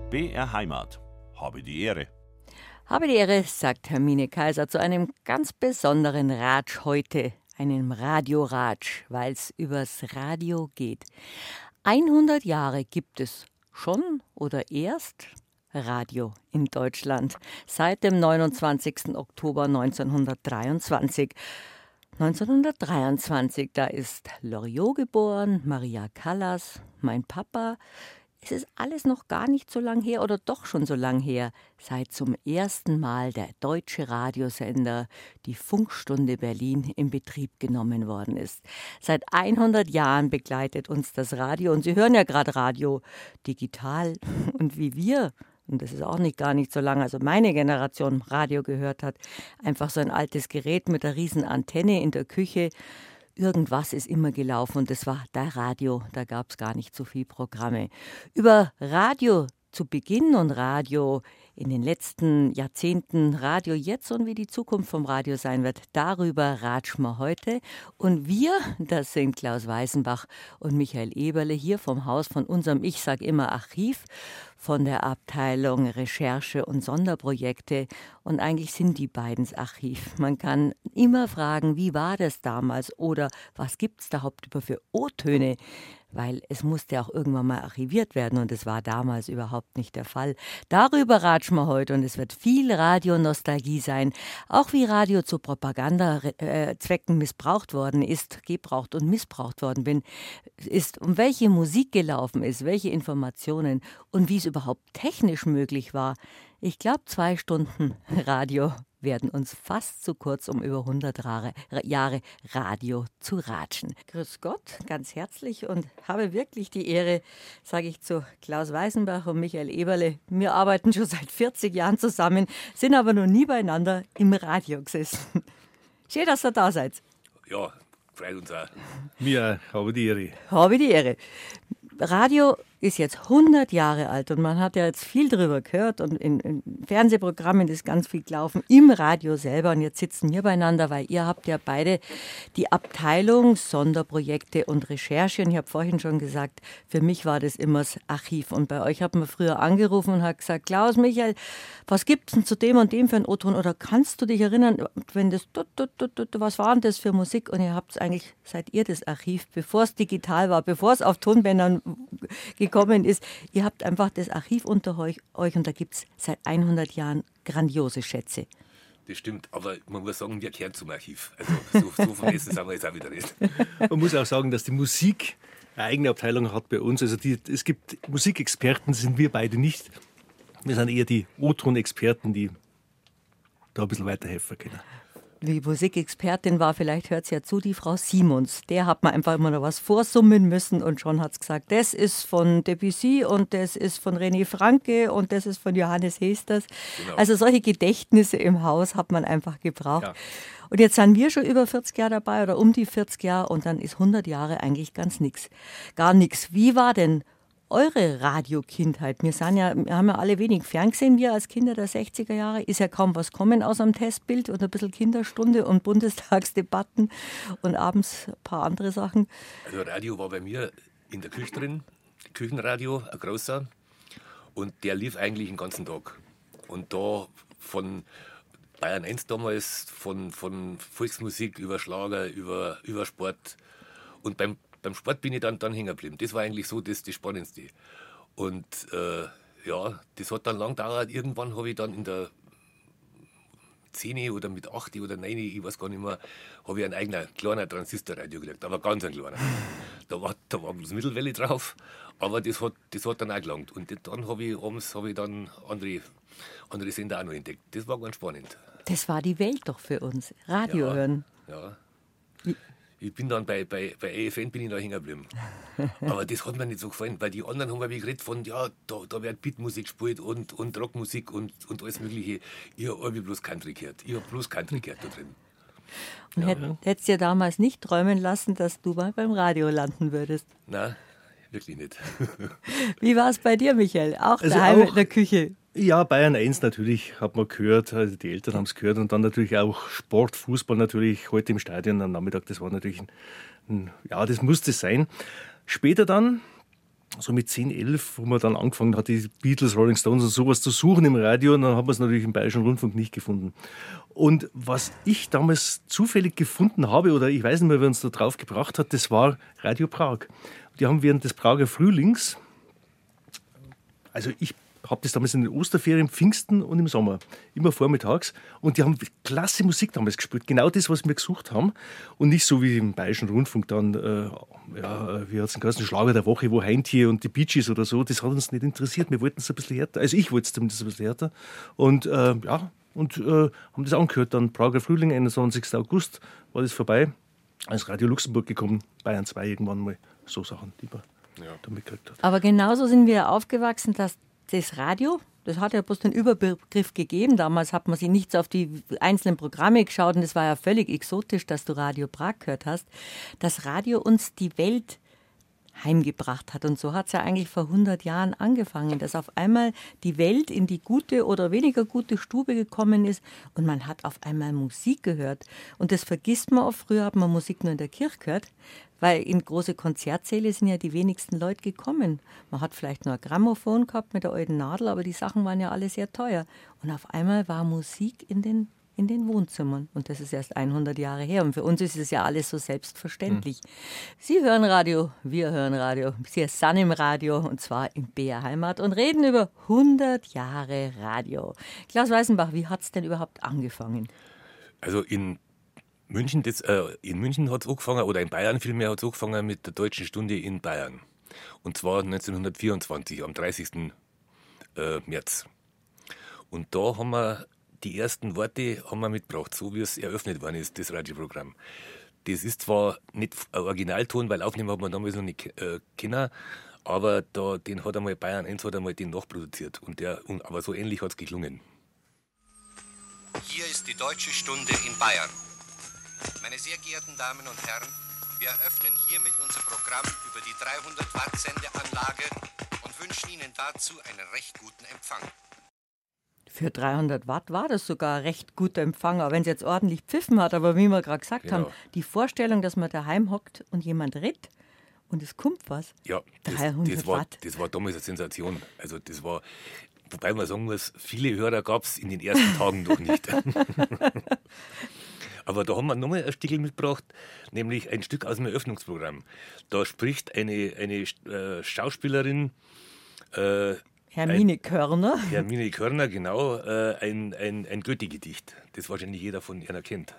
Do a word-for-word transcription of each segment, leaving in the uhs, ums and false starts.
B R Heimat. Habe die Ehre. Habe die Ehre, sagt Hermine Kaiser zu einem ganz besonderen Ratsch heute, einem Radio-Ratsch, weil es übers Radio geht. hundert Jahre gibt es schon oder erst Radio in Deutschland, seit dem neunundzwanzigsten Oktober neunzehnhundertdreiundzwanzig. neunzehnhundertdreiundzwanzig, da ist Loriot geboren, Maria Callas, mein Papa. Es ist alles noch gar nicht so lang her oder doch schon so lang her, seit zum ersten Mal der deutsche Radiosender, die Funkstunde Berlin, in Betrieb genommen worden ist. Seit hundert Jahren begleitet uns das Radio und Sie hören ja gerade Radio digital und wie wir, und das ist auch nicht gar nicht so lange, also meine Generation Radio gehört hat, einfach so ein altes Gerät mit einer riesen Antenne in der Küche. Irgendwas ist immer gelaufen und das war der Radio, da gab es gar nicht so viel Programme. Über Radio zu Beginn und Radio in den letzten Jahrzehnten, Radio jetzt und wie die Zukunft vom Radio sein wird, darüber ratschen wir heute. Und wir, das sind Klaus Weißenbach und Michael Eberle, hier vom Haus von unserem, ich sage immer Archiv, von der Abteilung Recherche und Sonderprojekte. Und eigentlich sind die beiden das Archiv. Man kann immer fragen, wie war das damals oder was gibt es da überhaupt für O-Töne? Weil es musste auch irgendwann mal archiviert werden und das war damals überhaupt nicht der Fall. Darüber ratschen wir heute und es wird viel Radionostalgie sein, auch wie Radio zu Propagandazwecken missbraucht worden ist, gebraucht und missbraucht worden bin, ist, um welche Musik gelaufen ist, welche Informationen und wie es überhaupt technisch möglich war. Ich glaube, zwei Stunden Radio werden uns fast zu kurz, um über hundert Jahre Radio zu ratschen. Grüß Gott, ganz herzlich und habe wirklich die Ehre, sage ich zu Klaus Weißenbach und Michael Eberle. Wir arbeiten schon seit vierzig Jahren zusammen, sind aber noch nie beieinander im Radio gesessen. Schön, dass ihr da seid. Ja, freut uns auch. Wir habe die Ehre. Habe die Ehre. Radio ist jetzt hundert Jahre alt und man hat ja jetzt viel drüber gehört und in, in Fernsehprogrammen ist ganz viel gelaufen, im Radio selber und jetzt sitzen wir beieinander, weil ihr habt ja beide die Abteilung Sonderprojekte und Recherche und ich habe vorhin schon gesagt, für mich war das immer das Archiv und bei euch hat man früher angerufen und hat gesagt, Klaus, Michael, was gibt's denn zu dem und dem für einen O-Ton oder kannst du dich erinnern, wenn das, was war denn das für Musik und ihr habt es eigentlich, seid ihr das Archiv, bevor es digital war, bevor es auf Tonbändern gekommen ist. Ihr habt einfach das Archiv unter euch, euch und da gibt es seit hundert Jahren grandiose Schätze. Das stimmt, aber man muss sagen, wir kehren zum Archiv. Also so, so vergessen sind wir jetzt auch wieder nicht. Man muss auch sagen, dass die Musik eine eigene Abteilung hat bei uns. Also die, es gibt Musikexperten, sind wir beide nicht. Wir sind eher die O-Ton-Experten, die da ein bisschen weiterhelfen können. Die Musikexpertin war, vielleicht hört sie ja zu, die Frau Simons. Der hat man einfach immer noch was vorsummen müssen und schon hat es gesagt, das ist von Debussy und das ist von René Franke und das ist von Johannes Hesters. Genau. Also solche Gedächtnisse im Haus hat man einfach gebraucht. Ja. Und jetzt sind wir schon über vierzig Jahre dabei oder um die vierzig Jahre und dann ist hundert Jahre eigentlich ganz nichts. Gar nichts. Wie war denn eure Radiokindheit? Wir, sind ja, wir haben ja alle wenig Fernsehen, wir als Kinder der sechziger Jahre. Ist ja kaum was kommen aus einem Testbild und ein bisschen Kinderstunde und Bundestagsdebatten und abends ein paar andere Sachen. Also Radio war bei mir in der Küche drin, Küchenradio, ein großer. Und der lief eigentlich den ganzen Tag. Und da von Bayern eins damals, von, von Volksmusik über Schlager, über, über Sport. Und beim Beim Sport bin ich dann, dann hängen geblieben. Das war eigentlich so das, das Spannendste. Und äh, ja, das hat dann lang gedauert. Irgendwann habe ich dann in der zehn oder mit acht oder neun, ich weiß gar nicht mehr, habe ich ein eigener kleiner Transistorradio gelegt. Aber ganz ein kleiner. Da war, da war bloß Mittelwelle drauf. Aber das hat, das hat dann auch gelangt. Und dann habe ich abends habe ich dann andere, andere Sender auch noch entdeckt. Das war ganz spannend. Das war die Welt doch für uns. Radio ja, hören. Ja. Ich bin dann bei, bei, bei A F N bin ich da hängen geblieben. Aber das hat mir nicht so gefallen, weil die anderen haben mir geredet von, ja, da, da wird Beatmusik gespielt und, und Rockmusik und, und alles Mögliche. Ich habe bloß Country gehört. Ich habe bloß Country gehört da drin. Und ja. hättest du dir damals nicht träumen lassen, dass du mal beim Radio landen würdest? Nein, wirklich nicht. Wie war es bei dir, Michael? Auch also daheim auch, in der Küche? Ja, Bayern eins natürlich, hat man gehört, also die Eltern haben es gehört und dann natürlich auch Sport, Fußball natürlich, heute im Stadion am Nachmittag, das war natürlich ein, ein ja, das musste sein. Später dann so mit zehn, elf, wo man dann angefangen hat, die Beatles, Rolling Stones und sowas zu suchen im Radio, und dann hat man es natürlich im Bayerischen Rundfunk nicht gefunden. Und was ich damals zufällig gefunden habe, oder ich weiß nicht mehr, wer uns da drauf gebracht hat, das war Radio Prag. Die haben während des Prager Frühlings, also ich habe das damals in den Osterferien, Pfingsten und im Sommer, immer vormittags. Und die haben klasse Musik damals gespielt. Genau das, was wir gesucht haben. Und nicht so wie im Bayerischen Rundfunk dann, äh, ja, wie hat es den ganzen Schlager der Woche, wo Heintje und die Bee Gees oder so. Das hat uns nicht interessiert. Wir wollten es ein bisschen härter. Also ich wollte es zumindest ein bisschen härter. Und äh, ja, und äh, haben das angehört. Dann Prager Frühling, einundzwanzigsten August, war das vorbei. Als Radio Luxemburg gekommen, Bayern zwei irgendwann mal. So Sachen, die man ja. da mitgekriegt hat. Aber genauso sind wir aufgewachsen, dass das Radio, das hat ja bloß den Überbegriff gegeben. Damals hat man sich nicht auf die einzelnen Programme geschaut und es war ja völlig exotisch, dass du Radio Prag gehört hast. Das Radio uns die Welt heimgebracht hat. Und so hat es ja eigentlich vor hundert Jahren angefangen, dass auf einmal die Welt in die gute oder weniger gute Stube gekommen ist und man hat auf einmal Musik gehört. Und das vergisst man oft. Früher hat man Musik nur in der Kirche gehört, weil in große Konzertsäle sind ja die wenigsten Leute gekommen. Man hat vielleicht nur ein Grammophon gehabt mit der alten Nadel, aber die Sachen waren ja alle sehr teuer. Und auf einmal war Musik in den in den Wohnzimmern. Und das ist erst hundert Jahre her. Und für uns ist es ja alles so selbstverständlich. Hm. Sie hören Radio, wir hören Radio. Sie sind im Radio, und zwar in B R Heimat, und reden über hundert Jahre Radio. Klaus Weißenbach, wie hat es denn überhaupt angefangen? Also in München, das, äh, in München hat es angefangen, oder in Bayern vielmehr hat es angefangen mit der Deutschen Stunde in Bayern. Und zwar neunzehnhundertvierundzwanzig, am dreißigsten März. Und da haben wir die ersten Worte haben wir mitgebracht, so wie es eröffnet worden ist, das Radioprogramm. Das ist zwar nicht ein Originalton, weil aufnehmen hat man damals noch nicht äh, können, aber da, den hat einmal Bayern eins hat einmal den nachproduziert. Und der, und, aber so ähnlich hat es geklungen. Hier ist die Deutsche Stunde in Bayern. Meine sehr geehrten Damen und Herren, wir eröffnen hiermit unser Programm über die dreihundert Watt Sendeanlage und wünschen Ihnen dazu einen recht guten Empfang. Für dreihundert Watt war das sogar ein recht guter Empfang, auch wenn es jetzt ordentlich pfiffen hat. Aber wie wir gerade gesagt genau. haben, die Vorstellung, dass man daheim hockt und jemand redet und es kommt was. Ja, das, dreihundert das, war, Watt. das war damals eine Sensation. Also das war, wobei man sagen muss, viele Hörer gab es in den ersten Tagen noch nicht. Aber da haben wir nochmal ein Stück mitgebracht, nämlich ein Stück aus dem Eröffnungsprogramm. Da spricht eine, eine äh, Schauspielerin, äh, Hermine ein, Körner. Hermine Körner, genau, äh, ein, ein, ein Goethe-Gedicht, das wahrscheinlich jeder von ihr kennt.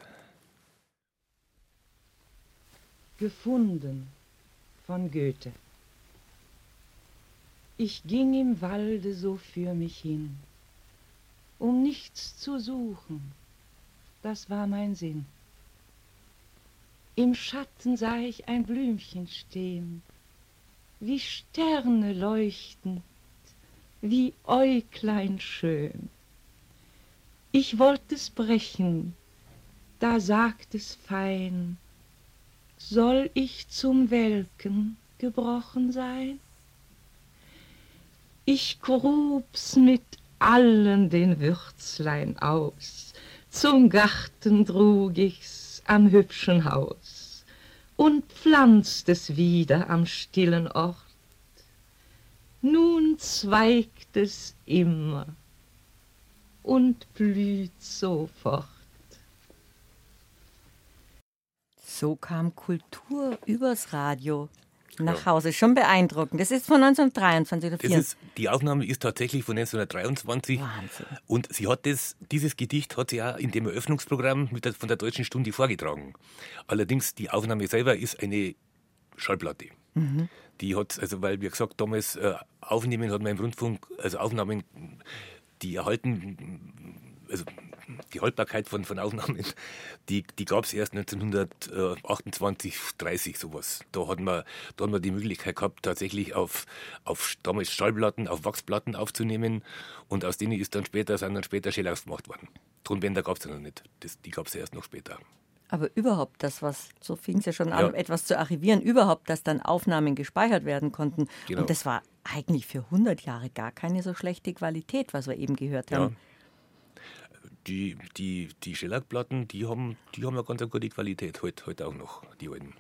Gefunden von Goethe. Ich ging im Walde so für mich hin, um nichts zu suchen, das war mein Sinn. Im Schatten sah ich ein Blümchen stehen, wie Sterne leuchten, wie Äuglein schön. Ich wollt es brechen, da sagt es fein, soll ich zum Welken gebrochen sein? Ich grub's mit allen den Würzlein aus, zum Garten trug ich's am hübschen Haus und pflanzt es wieder am stillen Ort. Nun zweigt es immer und blüht sofort. So kam Kultur übers Radio nach Hause. Schon beeindruckend. Das ist von neunzehnhundertdreiundzwanzig oder das ist, Die Aufnahme ist tatsächlich von neunzehnhundertdreiundzwanzig. Wahnsinn. Und sie hat das, dieses Gedicht hat sie auch in dem Eröffnungsprogramm mit der, von der Deutschen Stunde vorgetragen. Allerdings, die Aufnahme selber ist eine Schallplatte. Mhm. Die hat, also weil, wie gesagt, damals äh, Aufnehmen hat man im Rundfunk, also Aufnahmen, die erhalten, also die Haltbarkeit von, von Aufnahmen, die, die gab es erst neunzehnhundertachtundzwanzig, dreißig sowas. Da hat man, da hat man die Möglichkeit gehabt, tatsächlich auf, auf damals Schallplatten, auf Wachsplatten aufzunehmen, und aus denen ist dann später, sind dann später Schellaufs gemacht worden. Tonbänder gab es ja noch nicht, das, die gab es ja erst noch später. Aber überhaupt das, was, so fing es ja schon an, ja. etwas zu archivieren, überhaupt, dass dann Aufnahmen gespeichert werden konnten. Genau. Und das war eigentlich für hundert Jahre gar keine so schlechte Qualität, was wir eben gehört haben. Ja. Die, die, die Schellackplatten, die haben, die haben eine ganz gute Qualität, heute, heute auch noch, die alten.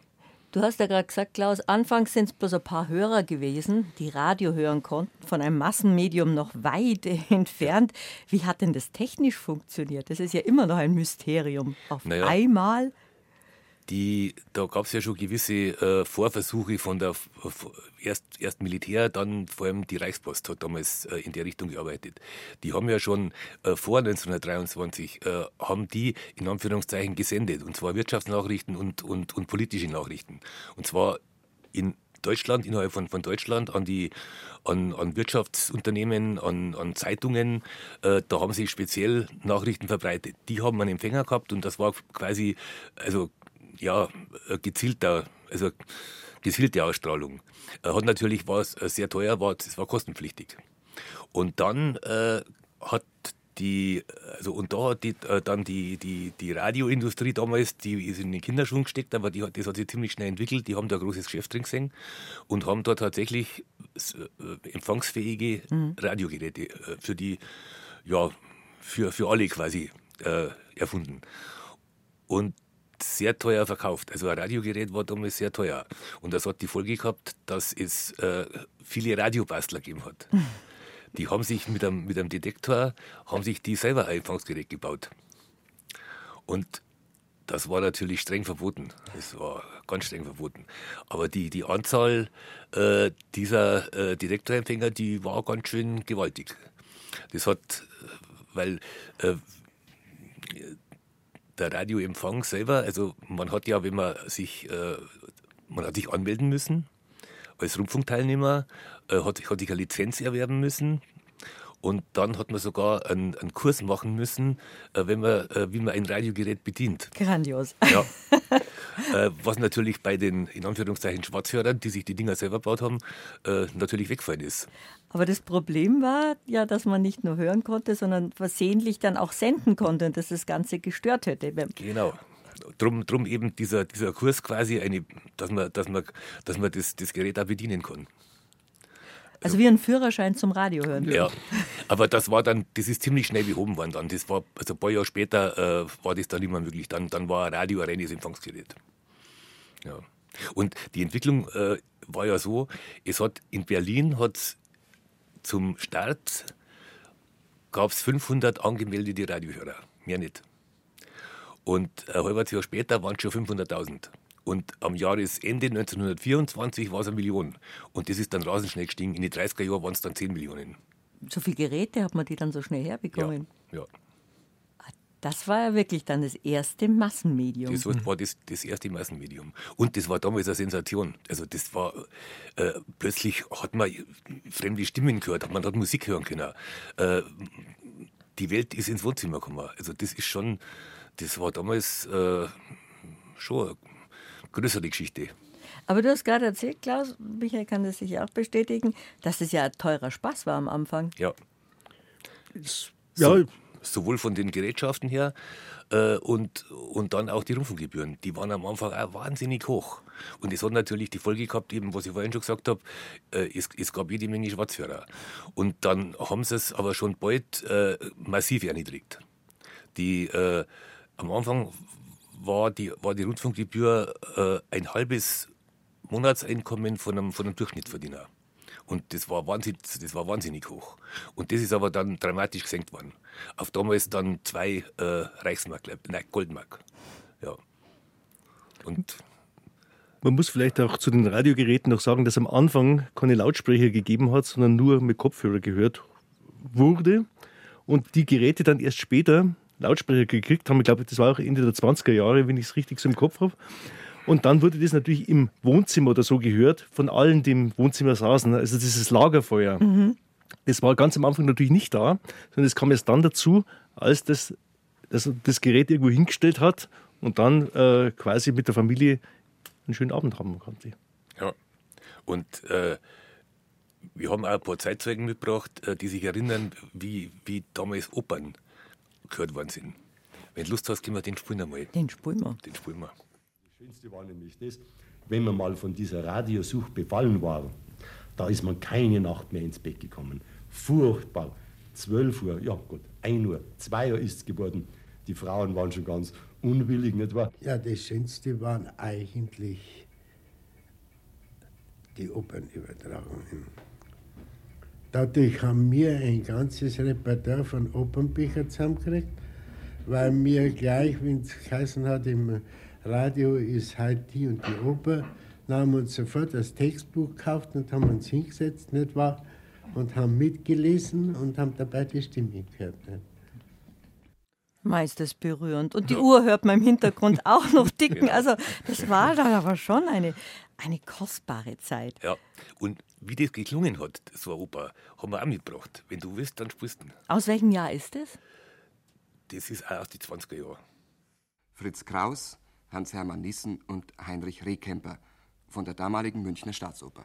Du hast ja gerade gesagt, Klaus, anfangs sind es bloß ein paar Hörer gewesen, die Radio hören konnten, von einem Massenmedium noch weit entfernt. Wie hat denn das technisch funktioniert? Das ist ja immer noch ein Mysterium. Auf naja, einmal... Die, da gab es ja schon gewisse äh, Vorversuche von der erst, erst Militär, dann vor allem die Reichspost hat damals äh, in der Richtung gearbeitet. Die haben ja schon äh, vor neunzehnhundertdreiundzwanzig äh, haben die in Anführungszeichen gesendet, und zwar Wirtschaftsnachrichten und, und, und politische Nachrichten. Und zwar in Deutschland, innerhalb von, von Deutschland, an die an, an Wirtschaftsunternehmen, an, an Zeitungen, äh, da haben sie speziell Nachrichten verbreitet. Die haben einen Empfänger gehabt, und das war quasi, also ja, gezielter, also gezielte Ausstrahlung. Hat natürlich, war es sehr teuer, war, es war kostenpflichtig. Und dann äh, hat die, also und da hat die, äh, dann die, die, die Radioindustrie damals, die ist in den Kinderschuhen gesteckt, aber die hat, das hat sich ziemlich schnell entwickelt. Die haben da ein großes Geschäft drin gesehen und haben da tatsächlich äh, empfangsfähige mhm. Radiogeräte äh, für die, ja, für, für alle quasi äh, erfunden. Und sehr teuer verkauft. Also ein Radiogerät war damals sehr teuer. Und das hat die Folge gehabt, dass es äh, viele Radiobastler gegeben hat. Die haben sich mit einem, mit einem Detektor, haben sich die selber ein Empfangsgerät gebaut. Und das war natürlich streng verboten. Das war ganz streng verboten. Aber die, die Anzahl äh, dieser äh, Detektorempfänger, die war ganz schön gewaltig. Das hat, weil äh, der Radioempfang selber, also man hat ja, wenn man sich, äh, man hat sich anmelden müssen als Rundfunkteilnehmer, äh, hat, hat sich eine Lizenz erwerben müssen, und dann hat man sogar einen, einen Kurs machen müssen, äh, wenn man, äh, wie man ein Radiogerät bedient. Grandios. Ja. äh, was natürlich bei den, in Anführungszeichen, Schwarzhörern, die sich die Dinger selber gebaut haben, äh, natürlich weggefallen ist. Aber das Problem war ja, dass man nicht nur hören konnte, sondern versehentlich dann auch senden konnte und dass das Ganze gestört hätte. Genau. Drum, drum eben dieser, dieser Kurs quasi, eine, dass man, dass man, dass man das, das Gerät auch bedienen kann. Also wie ein Führerschein zum Radio hören. Ja, aber das war dann, das ist ziemlich schnell behoben worden dann. Das war, also ein paar Jahre später äh, war das dann nicht mehr möglich. Dann, dann war Radio ein reines Empfangsgerät. Ja. Und die Entwicklung äh, war ja so, es hat in Berlin hat's zum Start gab es fünfhundert angemeldete Radiohörer, mehr nicht. Und ein halbes Jahr später waren es schon fünfhunderttausend. Und am Jahresende neunzehnhundertvierundzwanzig war es eine Million. Und das ist dann rasend schnell gestiegen. In den dreißiger Jahren waren es dann zehn Millionen. So viele Geräte hat man die dann so schnell herbekommen? Ja, ja. Das war ja wirklich dann das erste Massenmedium. Das war das, das erste Massenmedium. Und das war damals eine Sensation. Also das war, äh, plötzlich hat man fremde Stimmen gehört, man hat Musik hören können. Äh, die Welt ist ins Wohnzimmer gekommen. Also das ist schon, das war damals äh, schon eine größere Geschichte. Aber du hast gerade erzählt, Klaus, Michael kann das sicher auch bestätigen, dass es ja ein teurer Spaß war am Anfang. Ja. Ja, so, sowohl von den Gerätschaften her äh, und, und dann auch die Rundfunkgebühren. Die waren am Anfang auch wahnsinnig hoch. Und das hat natürlich die Folge gehabt, eben, was ich vorhin schon gesagt habe, äh, es, es gab jede Menge Schwarzhörer. Und dann haben sie es aber schon bald äh, massiv erniedrigt. Die, äh, am Anfang war die, war die Rundfunkgebühr äh, ein halbes Monatseinkommen von einem, von einem Durchschnittsverdiener. Und das war, wahnsinnig, das war wahnsinnig hoch. Und das ist aber dann dramatisch gesenkt worden. Auf damals dann zwei äh, Reichsmark, nein, Goldmark. Ja. Und man muss vielleicht auch zu den Radiogeräten noch sagen, dass am Anfang keine Lautsprecher gegeben hat, sondern nur mit Kopfhörer gehört wurde. Und die Geräte dann erst später Lautsprecher gekriegt haben. Ich glaube, das war auch Ende der zwanziger Jahre, wenn ich es richtig so im Kopf habe. Und dann wurde das natürlich im Wohnzimmer oder so gehört, von allen, die im Wohnzimmer saßen. Also dieses Lagerfeuer. Mhm. Das war ganz am Anfang natürlich nicht da, sondern das kam erst dann dazu, als das, das, das Gerät irgendwo hingestellt hat und dann äh, quasi mit der Familie einen schönen Abend haben konnte. Ja, und äh, wir haben auch ein paar Zeitzeugen mitgebracht, äh, die sich erinnern, wie, wie damals Opern gehört worden sind. Wenn du Lust hast, können wir den spielen einmal. Den spielen wir. Den spielen wir. Das Schönste war nämlich das, wenn man mal von dieser Radiosucht befallen war, da ist man keine Nacht mehr ins Bett gekommen. Furchtbar. zwölf Uhr, ja gut, ein Uhr, zwei Uhr ist es geworden. Die Frauen waren schon ganz unwillig, nicht wahr? Ja, das Schönste waren eigentlich die Opernübertragungen. Dadurch haben wir ein ganzes Repertoire von Opernbüchern zusammengekriegt, weil mir gleich, wenn es geheißen hat, im Radio ist halt die und die Oper, dann haben wir uns sofort das Textbuch gekauft und haben uns hingesetzt, nicht wahr? Und haben mitgelesen und haben dabei die Stimme gehört. Nicht? Meist ist berührend. Und die ja. Uhr hört man im Hintergrund auch noch ticken. Genau. Also das war dann aber schon eine, eine kostbare Zeit. Ja, und wie das geklungen hat, so eine Oper, haben wir auch mitgebracht. Wenn du willst, dann spielst du. Aus welchem Jahr ist das? Das ist auch aus den zwanziger Jahren. Fritz Kraus, Hans-Hermann Nissen und Heinrich Rehkemper von der damaligen Münchner Staatsoper.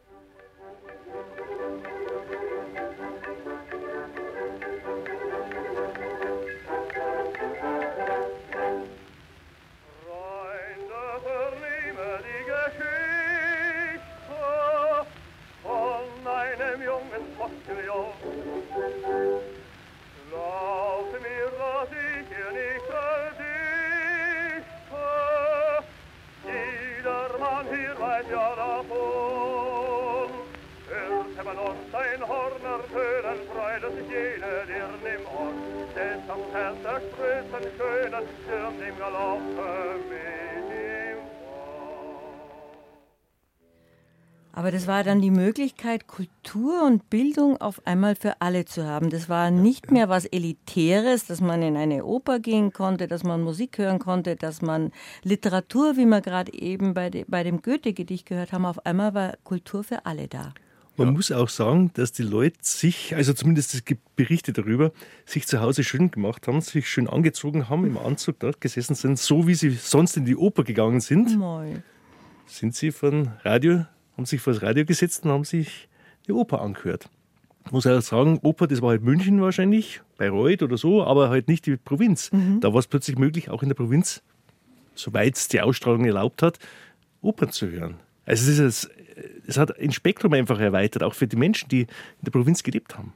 Aber das war dann die Möglichkeit, Kultur und Bildung auf einmal für alle zu haben. Das war nicht mehr was Elitäres, dass man in eine Oper gehen konnte, dass man Musik hören konnte, dass man Literatur, wie wir gerade eben bei, de, bei dem Goethe-Gedicht gehört haben, auf einmal war Kultur für alle da. Man ja. muss auch sagen, dass die Leute sich, also zumindest es gibt Berichte darüber, sich zu Hause schön gemacht haben, sich schön angezogen haben, im Anzug dort gesessen sind, so wie sie sonst in die Oper gegangen sind. Moi. Sind sie von Radio, haben sich vor das Radio gesetzt und haben sich die Oper angehört. Ich muss auch sagen, Oper, das war halt München wahrscheinlich, Bayreuth oder so, aber halt nicht die Provinz. Mhm. Da war es plötzlich möglich, auch in der Provinz, soweit es die Ausstrahlung erlaubt hat, Opern zu hören. Also es, ist, es hat ein Spektrum einfach erweitert, auch für die Menschen, die in der Provinz gelebt haben.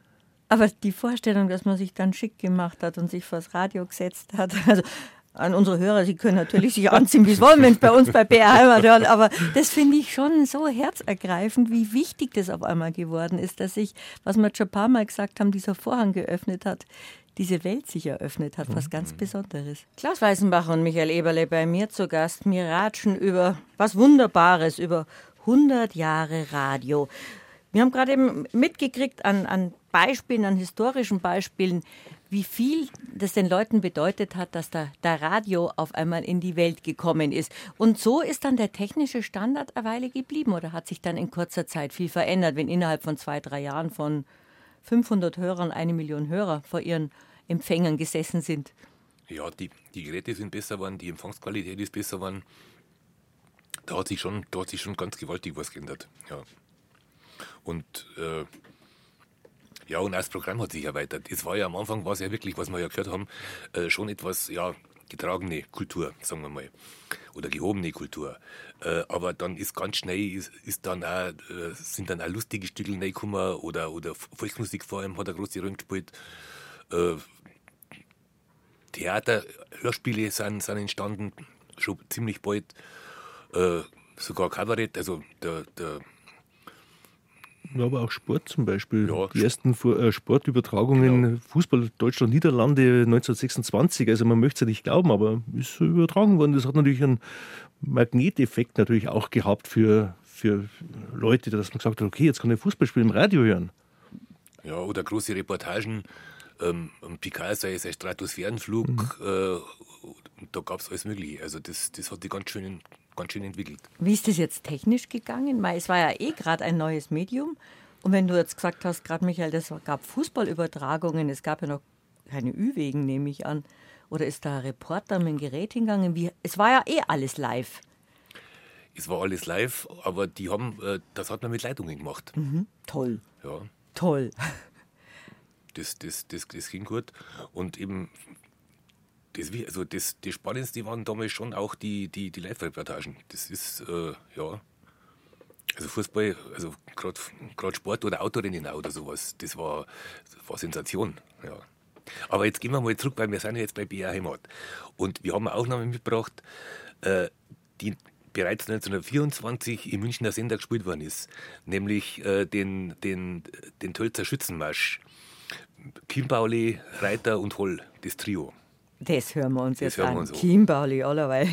Aber die Vorstellung, dass man sich dann schick gemacht hat und sich vors Radio gesetzt hat, also an unsere Hörer, sie können natürlich sich anziehen, wie sie wollen, wenn es bei uns bei B R Heimat hören, aber das finde ich schon so herzergreifend, wie wichtig das auf einmal geworden ist, dass sich, was wir schon ein paar Mal gesagt haben, dieser Vorhang geöffnet hat, diese Welt sich eröffnet hat, was ganz Besonderes. Klaus Weißenbach und Michael Eberle bei mir zu Gast. Wir ratschen über was Wunderbares, über hundert Jahre Radio. Wir haben gerade eben mitgekriegt an, an Beispielen, an historischen Beispielen, wie viel das den Leuten bedeutet hat, dass der, der Radio auf einmal in die Welt gekommen ist. Und so ist dann der technische Standard eine Weile geblieben oder hat sich dann in kurzer Zeit viel verändert, wenn innerhalb von zwei, drei Jahren von fünfhundert Hörern eine Million Hörer vor ihren Empfängern gesessen sind. Ja, die, die Geräte sind besser geworden, die Empfangsqualität ist besser geworden. Da hat sich schon, da hat sich schon ganz gewaltig was geändert. Ja. Und äh, ja, und auch das Programm hat sich erweitert. Es war ja am Anfang, war es ja wirklich, was wir ja gehört haben, äh, schon etwas, ja, getragene Kultur, sagen wir mal. Oder gehobene Kultur. Äh, aber dann ist ganz schnell, ist, ist dann auch, äh, sind dann auch lustige Stücke reingekommen oder, oder Volksmusik vor allem hat eine große Rolle gespielt. Äh, Theater, Hörspiele sind, sind entstanden, schon ziemlich bald. Äh, sogar Kabarett, also der, der Ja, aber auch Sport zum Beispiel. Ja, die ersten äh, Sportübertragungen, genau. Fußball, Deutschland, Niederlande neunzehnhundertsechsundzwanzig. Also man möchte es ja nicht glauben, aber ist so übertragen worden. Das hat natürlich einen Magneteffekt natürlich auch gehabt für, für Leute, dass man gesagt hat, okay, jetzt kann ich Fußballspiel im Radio hören. Ja, oder große Reportagen, ähm, Picard, sein, sein Stratosphärenflug, mhm. äh, da gab es alles Mögliche. Also das, das hat die ganz schön ganz schön entwickelt. Wie ist das jetzt technisch gegangen? Es war ja eh gerade ein neues Medium. Und wenn du jetzt gesagt hast, gerade Michael, es gab Fußballübertragungen, es gab ja noch keine Ü-Wegen, nehme ich an. Oder ist da ein Reporter mit dem Gerät hingegangen? Wie, es war ja eh alles live. Es war alles live, aber die haben, äh, das hat man mit Leitungen gemacht. Mhm. Toll. Ja. Toll. Das, das, das, das ging gut. Und eben Das, also das, das Spannendste waren damals schon auch die, die, die Live-Reportagen. Das ist, äh, ja, also Fußball, also gerade Sport oder Autorennen oder sowas, das war, das war Sensation, ja. Aber jetzt gehen wir mal zurück, weil wir sind ja jetzt bei B R Heimat. Und wir haben eine Aufnahme mitgebracht, äh, die bereits neunzehnhundertvierundzwanzig im Münchner Sender gespielt worden ist, nämlich äh, den, den, den Tölzer Schützenmarsch. Chiembauli, Reiter und Holl, das Trio. Das hören wir uns Das jetzt hören wir an. uns an. Chiembauli, allerweil.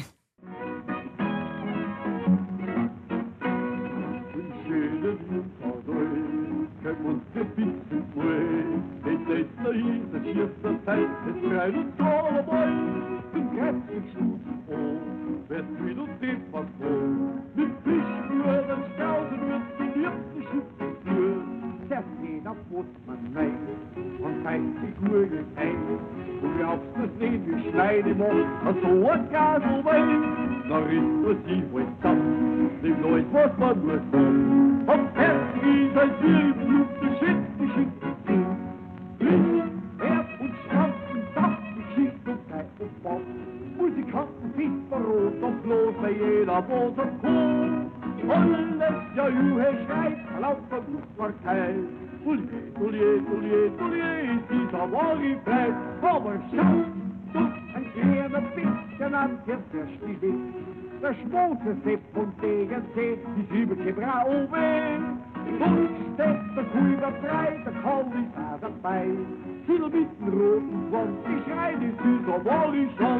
Und zeigt die Gurgel ein. Du glaubst es nicht, wie Schneidemond, so ein Gas oben. Da ist nur sie wohl zusammen, dem Leut, was man nur sagt. Vom Herz wie ein Tier im Blut, der schickt die schickt die zu. Rind, Erd und Straßen, Saft, Geschichte und Geist und Bob. Musikanten sind verrot und bloß bei jeder Boot und Kuh. Alles ja Juhe schreit, lauter Blutpartei. Tullier, Tullier, Tullier, Tullier, dieser Morgen bleibt, aber schau, du, ein kleiner bisschen an der Fürstliche. Der Schmote Sepp und Degen seht, die Siebeke Bra oben. Und steht der Kuiber frei, der Kaul ist da dabei. Ziel mit den roten Wand, die schreit, ist dieser Morgen schon.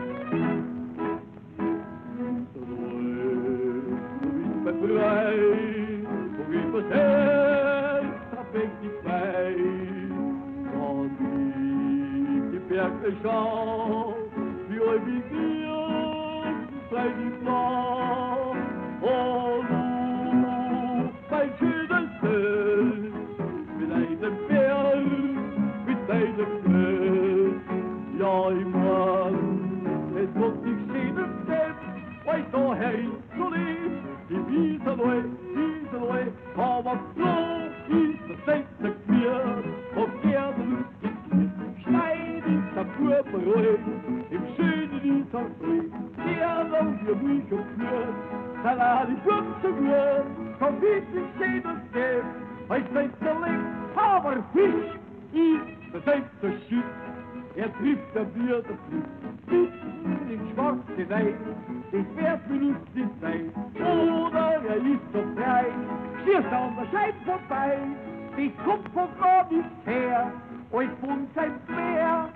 Du bist befreit, du bist befreit. Weg die Zeit, und die Berge schaut, wie euch begehrt, sei die Blau, oh du, mein schönes Feld, mit einem Berg, mit deinem Feld, ja im Mann, es wird nicht sehen im Feld, euch da hinzuleben, die Wiese neu, Wiese neu, aber froh, das senkt mir, auf der lustig ist, Schneid ist am Purpurreu, im schönen dieser Früh, der laut ihr mich umführt, Salat ist gut zu gut, komm wirklich sehen das Gelb, euch senkt der Lenk, aber Fisch ist der senkt der Schiff, er trifft der Bier der Fluss, mitten in schwarze Wein, das wird mir lustig sein, oder er ist so frei, schießt an der Scheib vorbei, die kommt von gar nicht her, euch von sein Meer.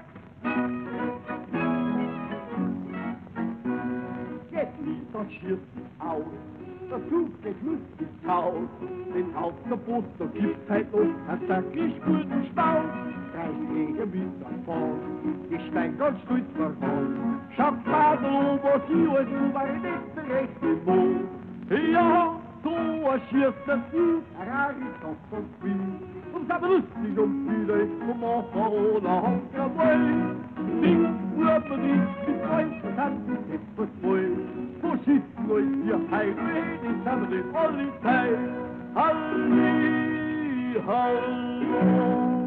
Jetzt liegt das Schiff aus, das sucht sich lustig aus, den Haus kaputt, da gibt's halt noch einen wirklich guten Spaß. Drei Schläge mit am Fall, die Stein ganz stolz verhauen. Schaut mal so, was hier ist, du war nicht der rechte Mond. Ja, so ein Schirster zu, ein Rari doch von viel. Und aber lustig um viele, vom Anfang ohne Handgrawell. Nicht nur für dich, mit Freunden, das ist etwas voll. So schießt euch hier heim, ich habe den Polizei. Halli, hallo.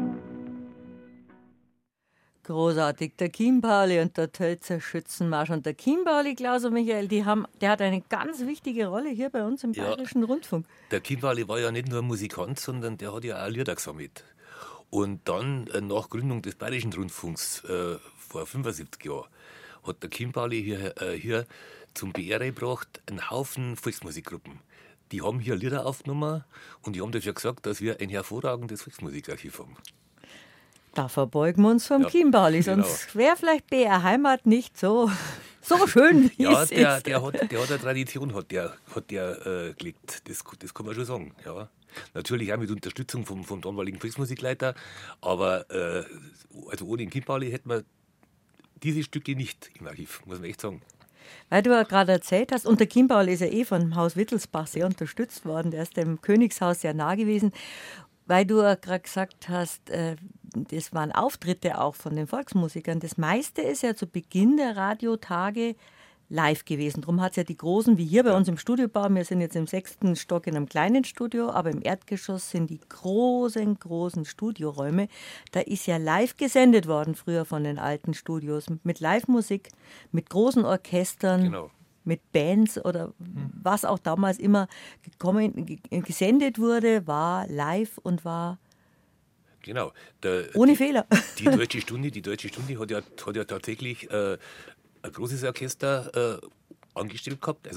Großartig, der Chiembauli und der Tölzer Schützenmarsch. Und der Chiembauli, Klaus und Michael, die haben, der hat eine ganz wichtige Rolle hier bei uns im Ja, Bayerischen Rundfunk. Der Chiembauli war ja nicht nur Musikant, sondern der hat ja auch Lieder gesammelt. Und dann, äh, nach Gründung des Bayerischen Rundfunks äh, vor fünfundsiebzig Jahren, hat der Chiembauli hier, äh, hier zum B R gebracht einen Haufen Volksmusikgruppen. Die haben hier Lieder aufgenommen und die haben dafür gesagt, dass wir ein hervorragendes Volksmusikarchiv haben. Da verbeugen wir uns vom Ja, Chiembauli, genau. sonst wäre vielleicht B R Heimat nicht so, so schön, wie Ja, es der, ist. der, hat, der hat eine Tradition, hat der, hat der äh, gelegt. Das, das kann man schon sagen. Ja. Natürlich auch mit Unterstützung vom, vom damaligen Volksmusikleiter, aber äh, also ohne den Chiembauli hätten wir diese Stücke nicht im Archiv, muss man echt sagen. Weil du ja gerade erzählt hast, und der Chiembauli ist ja eh von Haus Wittelsbach sehr unterstützt worden, der ist dem Königshaus sehr nah gewesen. Weil du ja gerade gesagt hast, äh, das waren Auftritte auch von den Volksmusikern. Das meiste ist ja zu Beginn der Radiotage live gewesen. Darum hat es ja die großen, wie hier bei uns im Studiobau, wir sind jetzt im sechsten Stock in einem kleinen Studio, aber im Erdgeschoss sind die großen, großen Studioräume. Da ist ja live gesendet worden früher von den alten Studios, mit Live-Musik, mit großen Orchestern. Genau. Mit Bands oder was auch damals immer gekommen, g- gesendet wurde, war live und war Genau. Der, ohne die, Fehler. Die Deutsche Stunde, die Deutsche Stunde hat ja, hat ja tatsächlich äh, ein großes Orchester äh, angestellt gehabt. Also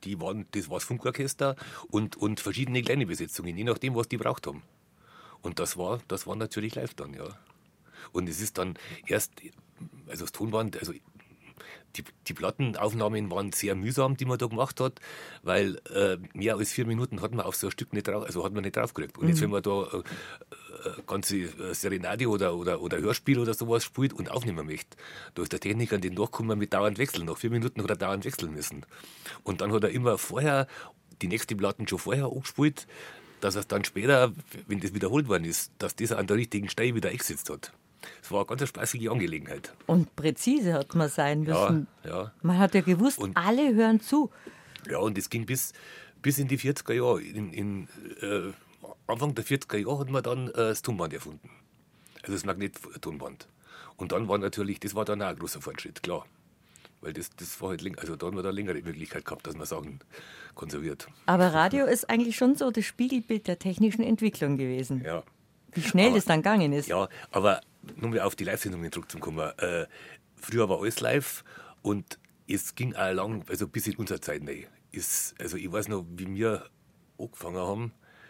die waren, das war das Funkorchester und, und verschiedene kleine Besetzungen, je nachdem, was die braucht haben. Und das war, das war natürlich live dann, ja. Und es ist dann erst, also das Tonband, also die, die Plattenaufnahmen waren sehr mühsam, die man da gemacht hat, weil äh, mehr als vier Minuten hat man auf so ein Stück nicht drauf, also hat man nicht draufgekriegt. Und mhm. jetzt, wenn man da äh, äh, ganze Serenade oder, oder, oder Hörspiel oder sowas spielt und aufnehmen möchte, da ist der Techniker an den nachgekommen mit dauernd wechseln. Nach vier Minuten hat er dauernd wechseln müssen. Und dann hat er immer vorher die nächste Platten schon vorher angespielt, dass es dann später, wenn das wiederholt worden ist, dass das an der richtigen Stelle wieder eingesetzt hat. Es war eine ganz spaßige Angelegenheit. Und präzise hat man sein müssen. Ja, ja. Man hat ja gewusst, und alle hören zu. Ja, und es ging bis, bis in die vierziger Jahre. In, in, äh, Anfang der vierziger Jahre hat man dann äh, das Tonband erfunden. Also das Magnettonband. Und dann war natürlich, das war dann auch ein großer Fortschritt, klar. Weil das, das war halt länger, also da hat man da längere Möglichkeit gehabt, dass man Sachen konserviert. Aber Radio ist eigentlich schon so das Spiegelbild der technischen Entwicklung gewesen. Ja. Wie schnell aber, das dann gegangen ist. Ja, aber nur mal auf die Live-Sendungen zurückzukommen. Äh, früher war alles live und es ging auch lang, also bis in unsere Zeit rein. Ist, also ich weiß noch, wie wir angefangen haben,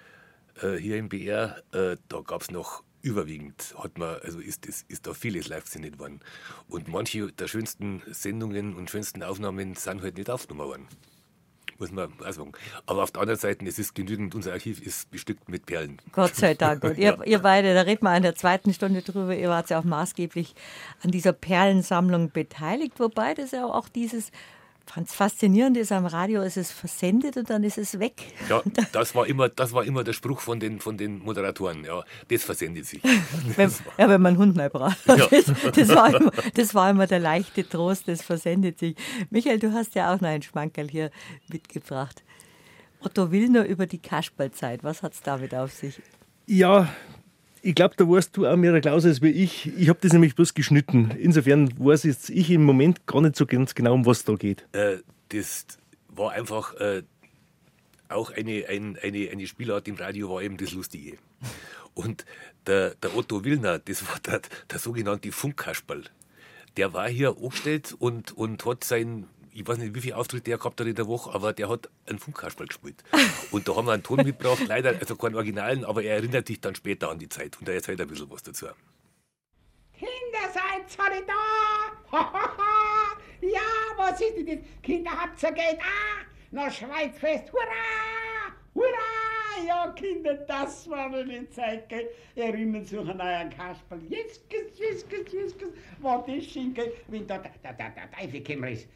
äh, hier im B R, äh, da gab es noch überwiegend, hat man, also ist, ist, ist da vieles live gesendet worden. Und manche der schönsten Sendungen und schönsten Aufnahmen sind halt nicht aufgenommen worden. Muss man auch sagen. Aber auf der anderen Seite, es ist genügend, unser Archiv ist bestückt mit Perlen. Gott sei Dank. Und ihr, ihr beide, da reden wir in der zweiten Stunde drüber, ihr wart ja auch maßgeblich an dieser Perlensammlung beteiligt, wobei das ja auch dieses Faszinierende ist am Radio, ist es versendet und dann ist es weg. Ja, das war immer, das war immer der Spruch von den, von den Moderatoren. Ja, das versendet sich. Wenn, ja, wenn man einen Hund nicht braucht. Ja. Das, das, war immer, das war immer der leichte Trost, das versendet sich. Michael, du hast ja auch noch einen Schmankerl hier mitgebracht. Otto Willner über die Kasperlzeit. Was hat es damit auf sich? Ja, ich glaube, da warst du auch mehr der Klaus als wie ich. Ich habe das nämlich bloß geschnitten. Insofern weiß jetzt ich im Moment gar nicht so ganz genau, um was da geht. Äh, das war einfach äh, auch eine, ein, eine, eine Spielart im Radio, war eben das Lustige. Und der, der Otto Willner, das war der, der sogenannte Funkkasperl. Der war hier angestellt und, und hat sein, ich weiß nicht, wie viele Auftritte er gehabt hat in der Woche, aber der hat einen Funkkasperl gespielt. Und da haben wir einen Ton mitgebracht, leider, also keinen Originalen, aber er erinnert sich dann später an die Zeit und er erzählt ein bisschen was dazu. Kinder, seid alle da! Ja, was ist denn das? Kinder, habt's ja Geld? Ah, na schreit fest, hurra! Hurra! Ja, Kinder, das war eine Zeit, gell? Erinnern sich an euren Kasperl. Jeskes, jeskes, jeskes, war das schön, gell? Wenn da der, der, der Teufel gekommen ist.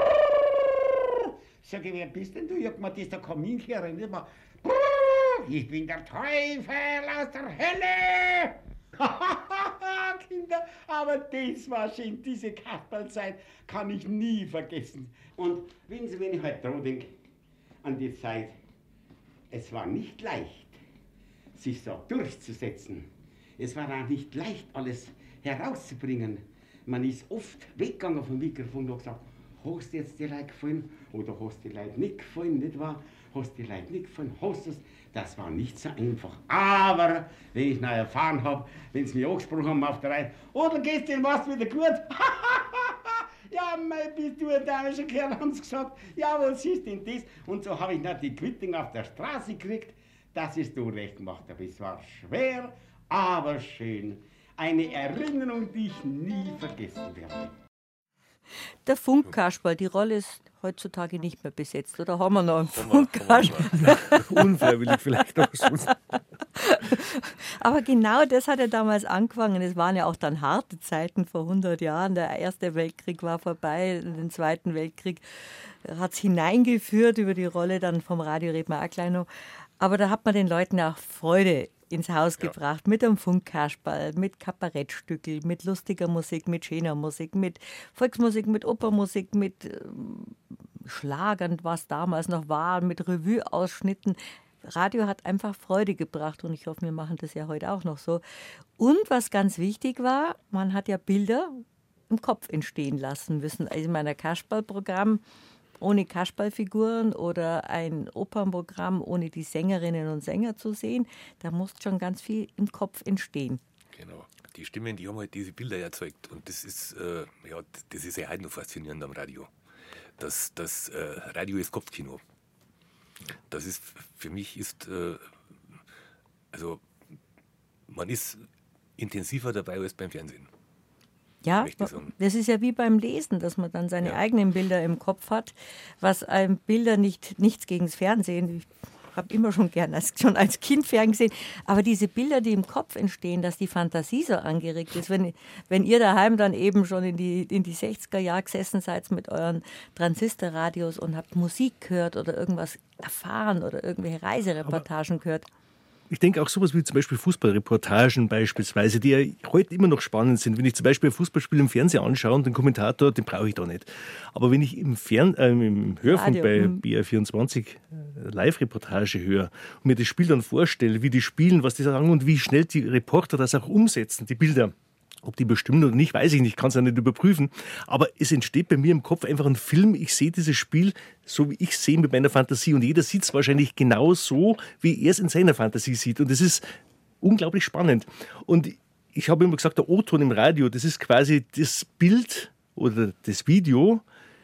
Sag ich, wer bist denn du? Ich hab mir das der Kaminkehrer nicht mehr. Ich bin der Teufel aus der Hölle! Kinder, aber das war schön, diese Kasperlzeit kann ich nie vergessen. Und wenn Sie, wenn ich heute dran denke, an die Zeit, es war nicht leicht, sich so durchzusetzen. Es war auch nicht leicht, alles herauszubringen. Man ist oft weggegangen vom Mikrofon und hat gesagt, hast du jetzt die Leute gefallen oder hast die Leute nicht gefallen, nicht wahr? Hast die Leute nicht gefallen, hast du es? Das war nicht so einfach. Aber wenn ich noch erfahren habe, wenn sie mich angesprochen haben auf der Reihe, oder gehst du denn was wieder gut? Ja, mei, bist du ein dämischer Kerl, haben sie gesagt. Ja, was ist denn das? Und so habe ich noch die Quittung auf der Straße gekriegt, dass es du recht gemacht hast. Es war schwer, aber schön. Eine Erinnerung, die ich nie vergessen werde. Der Funkkasperl, die Rolle ist heutzutage nicht mehr besetzt. Oder haben wir noch einen Funkkasperl? Unfreiwillig vielleicht auch so. Aber genau das hat er damals angefangen. Es waren ja auch dann harte Zeiten vor hundert Jahren. Der Erste Weltkrieg war vorbei, den Zweiten Weltkrieg hat es hineingeführt über die Rolle. Dann vom Radio reden wir auch gleich noch. Aber da hat man den Leuten auch Freude ins Haus ja. gebracht, mit einem Funkkasperl, mit Kabarettstückel, mit lustiger Musik, mit schöner Musik, mit Volksmusik, mit Opermusik, mit äh, Schlagern, was damals noch war, mit Revue-Ausschnitten. Radio hat einfach Freude gebracht und ich hoffe, wir machen das ja heute auch noch so. Und was ganz wichtig war, man hat ja Bilder im Kopf entstehen lassen müssen. Also in meinem Kasperl-Programm ohne Kasperlfiguren oder ein Opernprogramm ohne die Sängerinnen und Sänger zu sehen, da muss schon ganz viel im Kopf entstehen. Genau. Die Stimmen, die haben halt diese Bilder erzeugt und das ist, äh, ja, das ist ja heute noch faszinierend am Radio. Das, das äh, Radio ist Kopfkino. Das ist, für mich ist, äh, also man ist intensiver dabei als beim Fernsehen. Ja, möchte ich sagen. das ist ja wie beim Lesen, dass man dann seine Ja. eigenen Bilder im Kopf hat, was einem Bilder nicht, nichts gegen das Fernsehen. Ich habe immer schon gern als, schon als Kind Fernsehen gesehen, aber diese Bilder, die im Kopf entstehen, dass die Fantasie so angeregt ist, wenn, wenn ihr daheim dann eben schon in die, in die sechziger Jahre gesessen seid mit euren Transistorradios und habt Musik gehört oder irgendwas erfahren oder irgendwelche Reisereportagen aber gehört. Ich denke auch sowas wie zum Beispiel Fußballreportagen beispielsweise, die ja heute immer noch spannend sind. Wenn ich zum Beispiel ein Fußballspiel im Fernsehen anschaue und den Kommentator, den brauche ich da nicht. Aber wenn ich im, Fern-, äh, im Hörfunk Radio. bei B R vierundzwanzig äh, Live-Reportage höre und mir das Spiel dann vorstelle, wie die spielen, was die sagen und wie schnell die Reporter das auch umsetzen, die Bilder. Ob die bestimmen oder nicht, weiß ich nicht, kann es ja nicht überprüfen. Aber es entsteht bei mir im Kopf einfach ein Film. Ich sehe dieses Spiel so, wie ich es sehe mit meiner Fantasie. Und jeder sieht es wahrscheinlich genau so, wie er es in seiner Fantasie sieht. Und das ist unglaublich spannend. Und ich habe immer gesagt, der O-Ton im Radio, das ist quasi das Bild oder das Video,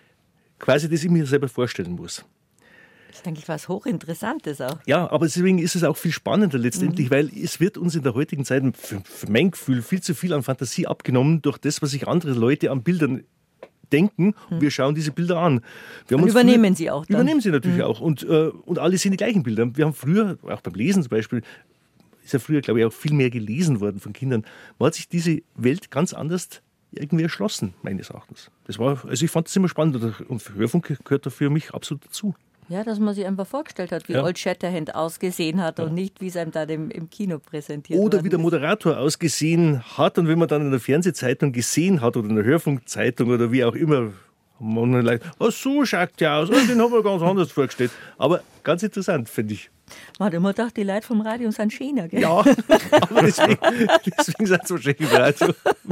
quasi, das ich mir selber vorstellen muss. Das ist eigentlich was Hochinteressantes auch. Ja, aber deswegen ist es auch viel spannender letztendlich, mhm. weil es wird uns in der heutigen Zeit, für, für mein Gefühl, viel zu viel an Fantasie abgenommen durch das, was sich andere Leute an Bildern denken. Und wir schauen diese Bilder an. Wir haben und uns übernehmen früher, sie auch dann. Übernehmen sie natürlich mhm. auch. Und, äh, und alle sehen die gleichen Bilder. Wir haben früher, auch beim Lesen zum Beispiel, ist ja früher, glaube ich, auch viel mehr gelesen worden von Kindern. Man hat sich diese Welt ganz anders irgendwie erschlossen, meines Erachtens. Das war, also ich fand das immer spannend und Hörfunk gehört da für mich absolut dazu. Ja, dass man sich einfach vorgestellt hat, wie ja. Old Shatterhand ausgesehen hat ja. und nicht, wie es einem da im, im Kino präsentiert Oder wie der ist. Moderator ausgesehen hat und wenn man dann in der Fernsehzeitung gesehen hat oder in der Hörfunkzeitung oder wie auch immer, man Leute, oh, so schaut der aus, oh, den haben wir ganz anders vorgestellt. Aber ganz interessant, finde ich. Man hat immer gedacht, die Leute vom Radio sind schöner, gell? Ja, aber deswegen, deswegen sind sie so schön im Radio.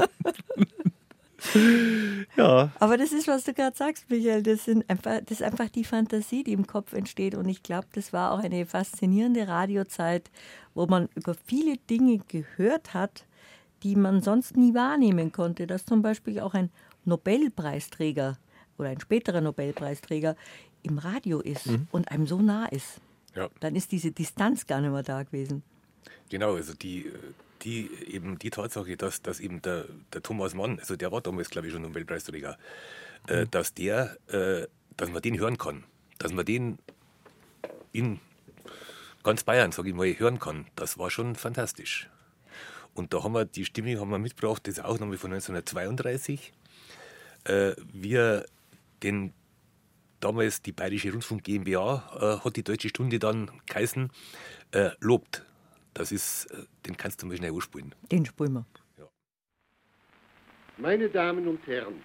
Ja. Aber das ist, was du gerade sagst, Michael, das, sind einfach, das ist einfach die Fantasie, die im Kopf entsteht. Und ich glaube, das war auch eine faszinierende Radiozeit, wo man über viele Dinge gehört hat, die man sonst nie wahrnehmen konnte. Dass zum Beispiel auch ein Nobelpreisträger oder ein späterer Nobelpreisträger im Radio ist mhm. und einem so nah ist. Ja. Dann ist diese Distanz gar nicht mehr da gewesen. Genau, also die... Die, eben die Tatsache, dass, dass eben der, der Thomas Mann, also der war damals, glaube ich, schon Nobelpreisträger, mhm. äh, dass der, äh, dass man den hören kann, dass man den in ganz Bayern, sage ich mal, hören kann, das war schon fantastisch. Und da haben wir die Stimme haben wir mitgebracht, das ist auch nochmal von neunzehnhundertzweiunddreißig, äh, wir den damals die Bayerische Rundfunk GmbH äh, hat die Deutsche Stunde dann geheißen, äh, lobt. Das ist, den kannst du mal schnell urspulen. Den spulen wir. Ja. Meine Damen und Herren,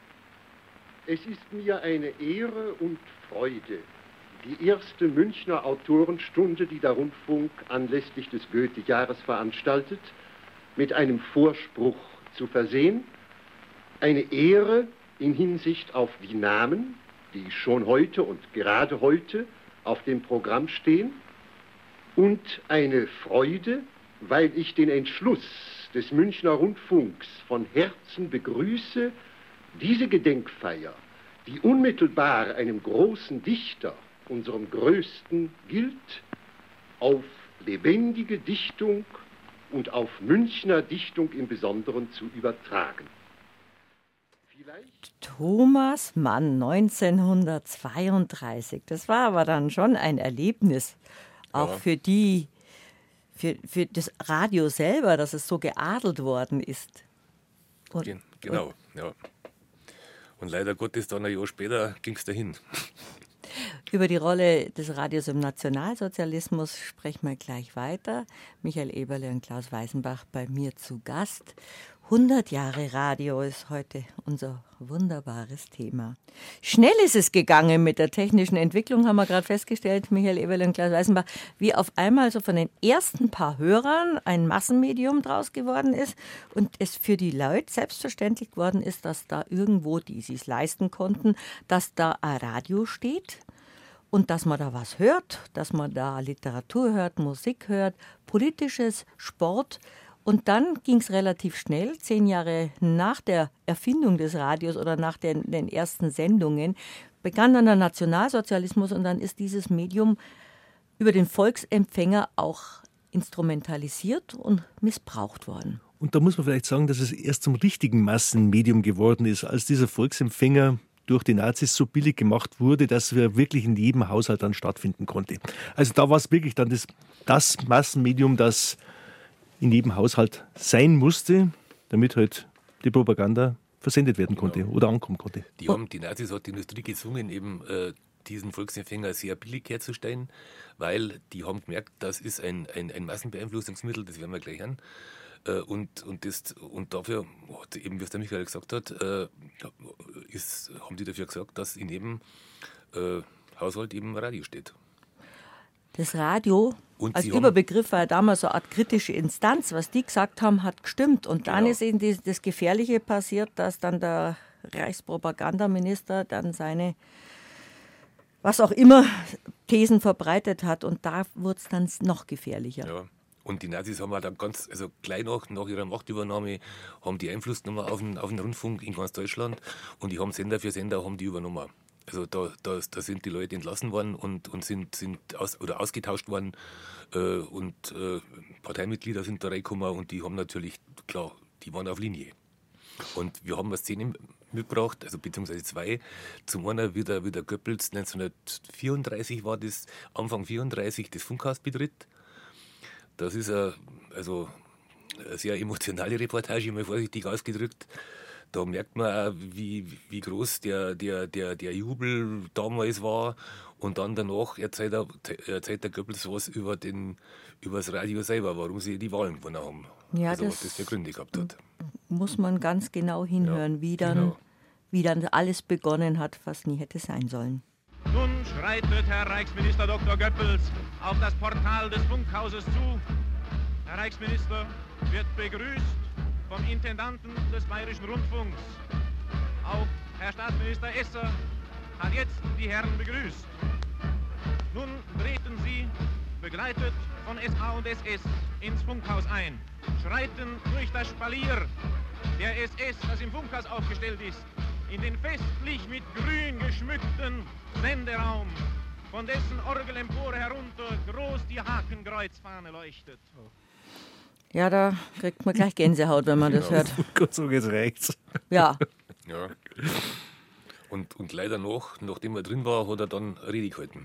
es ist mir eine Ehre und Freude, die erste Münchner Autorenstunde, die der Rundfunk anlässlich des Goethe-Jahres veranstaltet, mit einem Vorspruch zu versehen. Eine Ehre in Hinsicht auf die Namen, die schon heute und gerade heute auf dem Programm stehen. Und eine Freude, weil ich den Entschluss des Münchner Rundfunks von Herzen begrüße, diese Gedenkfeier, die unmittelbar einem großen Dichter, unserem Größten, gilt, auf lebendige Dichtung und auf Münchner Dichtung im Besonderen zu übertragen. Vielleicht Thomas Mann, neunzehnhundertzweiunddreißig. Das war aber dann schon ein Erlebnis. Auch ja. für die, für, für das Radio selber, dass es so geadelt worden ist. Und, genau, und, ja. Und leider Gottes, dann ein Jahr später ging es dahin. Über die Rolle des Radios im Nationalsozialismus sprechen wir gleich weiter. Michael Eberle und Klaus Weißenbach bei mir zu Gast. hundert Jahre Radio ist heute unser wunderbares Thema. Schnell ist es gegangen mit der technischen Entwicklung, haben wir gerade festgestellt, Michael Eberle und Klaus Weißenbach, wie auf einmal so von den ersten paar Hörern ein Massenmedium draus geworden ist und es für die Leute selbstverständlich geworden ist, dass da irgendwo, die es sich leisten konnten, dass da ein Radio steht und dass man da was hört, dass man da Literatur hört, Musik hört, politisches, Sport. Und dann ging es relativ schnell, zehn Jahre nach der Erfindung des Radios oder nach den, den ersten Sendungen, begann dann der Nationalsozialismus und dann ist dieses Medium über den Volksempfänger auch instrumentalisiert und missbraucht worden. Und da muss man vielleicht sagen, dass es erst zum richtigen Massenmedium geworden ist, als dieser Volksempfänger durch die Nazis so billig gemacht wurde, dass er wirklich in jedem Haushalt dann stattfinden konnte. Also da war es wirklich dann das, das Massenmedium, das in jedem Haushalt sein musste, damit halt die Propaganda versendet werden konnte genau. oder ankommen konnte. Die, haben, die Nazis hat die Industrie gezwungen, eben äh, diesen Volksempfänger sehr billig herzustellen, weil die haben gemerkt, das ist ein, ein, ein Massenbeeinflussungsmittel, das werden wir gleich an. Äh, und, und, das, und dafür, eben wie es der Michael gesagt hat, äh, ist, haben die dafür gesagt, dass in jedem äh, Haushalt eben ein Radio steht. Das Radio und als Überbegriff war ja damals so eine Art kritische Instanz. Was die gesagt haben, hat gestimmt. Und dann genau. ist eben die, das Gefährliche passiert, dass dann der Reichspropagandaminister dann seine, was auch immer, Thesen verbreitet hat. Und da wurde es dann noch gefährlicher. Ja. Und die Nazis haben dann ganz, also gleich nach, nach ihrer Machtübernahme, haben die Einfluss genommen auf den, auf den Rundfunk in ganz Deutschland. Und die haben Sender für Sender haben die übernommen. Also da, da, da sind die Leute entlassen worden und, und sind, sind aus, oder ausgetauscht worden äh, und äh, Parteimitglieder sind da reingekommen und die haben natürlich, klar, die waren auf Linie. Und wir haben eine Szene mitgebracht, also beziehungsweise zwei. Zum einen wie der, wie der Goebbels neunzehnhundertvierunddreißig war das, Anfang vierunddreißig das Funkhaus betritt. Das ist eine, also eine sehr emotionale Reportage, mal vorsichtig ausgedrückt. Da merkt man auch, wie, wie groß der, der, der, der Jubel damals war. Und dann danach erzählt, er, erzählt der Goebbels was über, den, über das Radio selber, warum sie die Wahlen gewonnen haben. Ja, also das was das für Gründe gehabt hat. Muss man ganz genau hinhören, ja, wie, dann, genau. wie dann alles begonnen hat, was nie hätte sein sollen. Nun schreitet Herr Reichsminister Doktor Goebbels auf das Portal des Funkhauses zu. Herr Reichsminister wird begrüßt vom Intendanten des Bayerischen Rundfunks. Auch Herr Staatsminister Esser hat jetzt die Herren begrüßt. Nun treten Sie, begleitet von S A und S S, ins Funkhaus ein, schreiten durch das Spalier der S S, das im Funkhaus aufgestellt ist, in den festlich mit Grün geschmückten Senderaum, von dessen Orgelempore herunter groß die Hakenkreuzfahne leuchtet. Ja, da kriegt man gleich Gänsehaut, wenn man das genau. hört. Gott, so geht's rechts. Ja. ja. Und, und leider noch, nachdem er drin war, hat er dann Rede gehalten.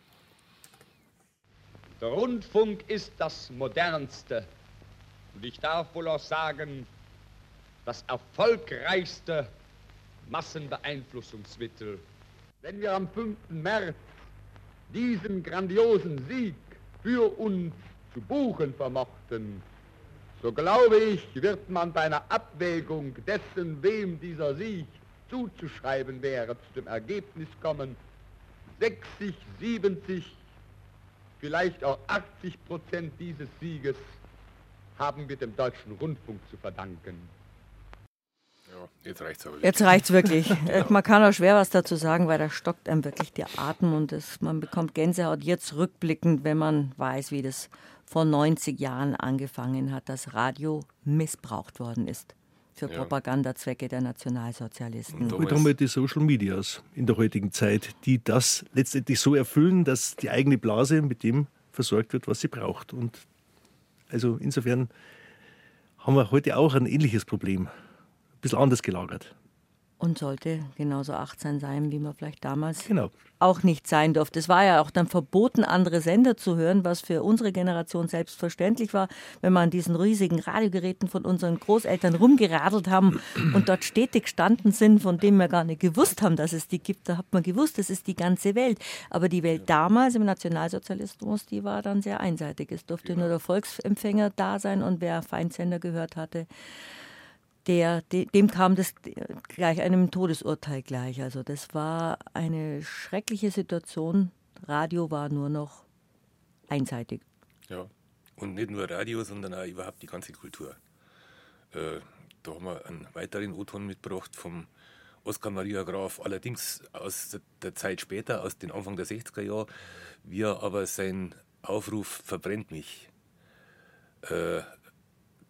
Der Rundfunk ist das modernste und ich darf wohl auch sagen, das erfolgreichste Massenbeeinflussungsmittel. Wenn wir am fünften März diesen grandiosen Sieg für uns zu buchen vermochten, so glaube ich, wird man bei einer Abwägung dessen, wem dieser Sieg zuzuschreiben wäre, zu dem Ergebnis kommen, sechzig, siebzig, vielleicht auch achtzig Prozent dieses Sieges haben wir dem Deutschen Rundfunk zu verdanken. Ja, jetzt reicht's aber wirklich. Jetzt reicht's wirklich. Genau. Man kann auch schwer was dazu sagen, weil da stockt einem wirklich der Atem und das, man bekommt Gänsehaut jetzt rückblickend, wenn man weiß, wie das vor neunzig Jahren angefangen hat, dass Radio missbraucht worden ist für ja. Propagandazwecke der Nationalsozialisten. Und haben wir die Social Medias in der heutigen Zeit, die das letztendlich so erfüllen, dass die eigene Blase mit dem versorgt wird, was sie braucht. Und also insofern haben wir heute auch ein ähnliches Problem. Ein bisschen anders gelagert. Und sollte genauso achtsam sein, wie man vielleicht damals genau. auch nicht sein durfte. Es war ja auch dann verboten, andere Sender zu hören, was für unsere Generation selbstverständlich war, wenn wir an diesen riesigen Radiogeräten von unseren Großeltern rumgeradelt haben und dort stetig gestanden sind, von denen wir gar nicht gewusst haben, dass es die gibt. Da hat man gewusst, das ist die ganze Welt. Aber die Welt damals im Nationalsozialismus, die war dann sehr einseitig. Es durfte genau. nur der Volksempfänger da sein und wer Feindsender gehört hatte, Der, dem kam das gleich einem Todesurteil gleich. Also das war eine schreckliche Situation. Radio war nur noch einseitig. Ja, und nicht nur Radio, sondern auch überhaupt die ganze Kultur. Äh, da haben wir einen weiteren O-Ton mitgebracht vom Oskar Maria Graf, allerdings aus der Zeit später, aus den Anfang der sechziger Jahre, wie er aber sein Aufruf verbrennt mich äh,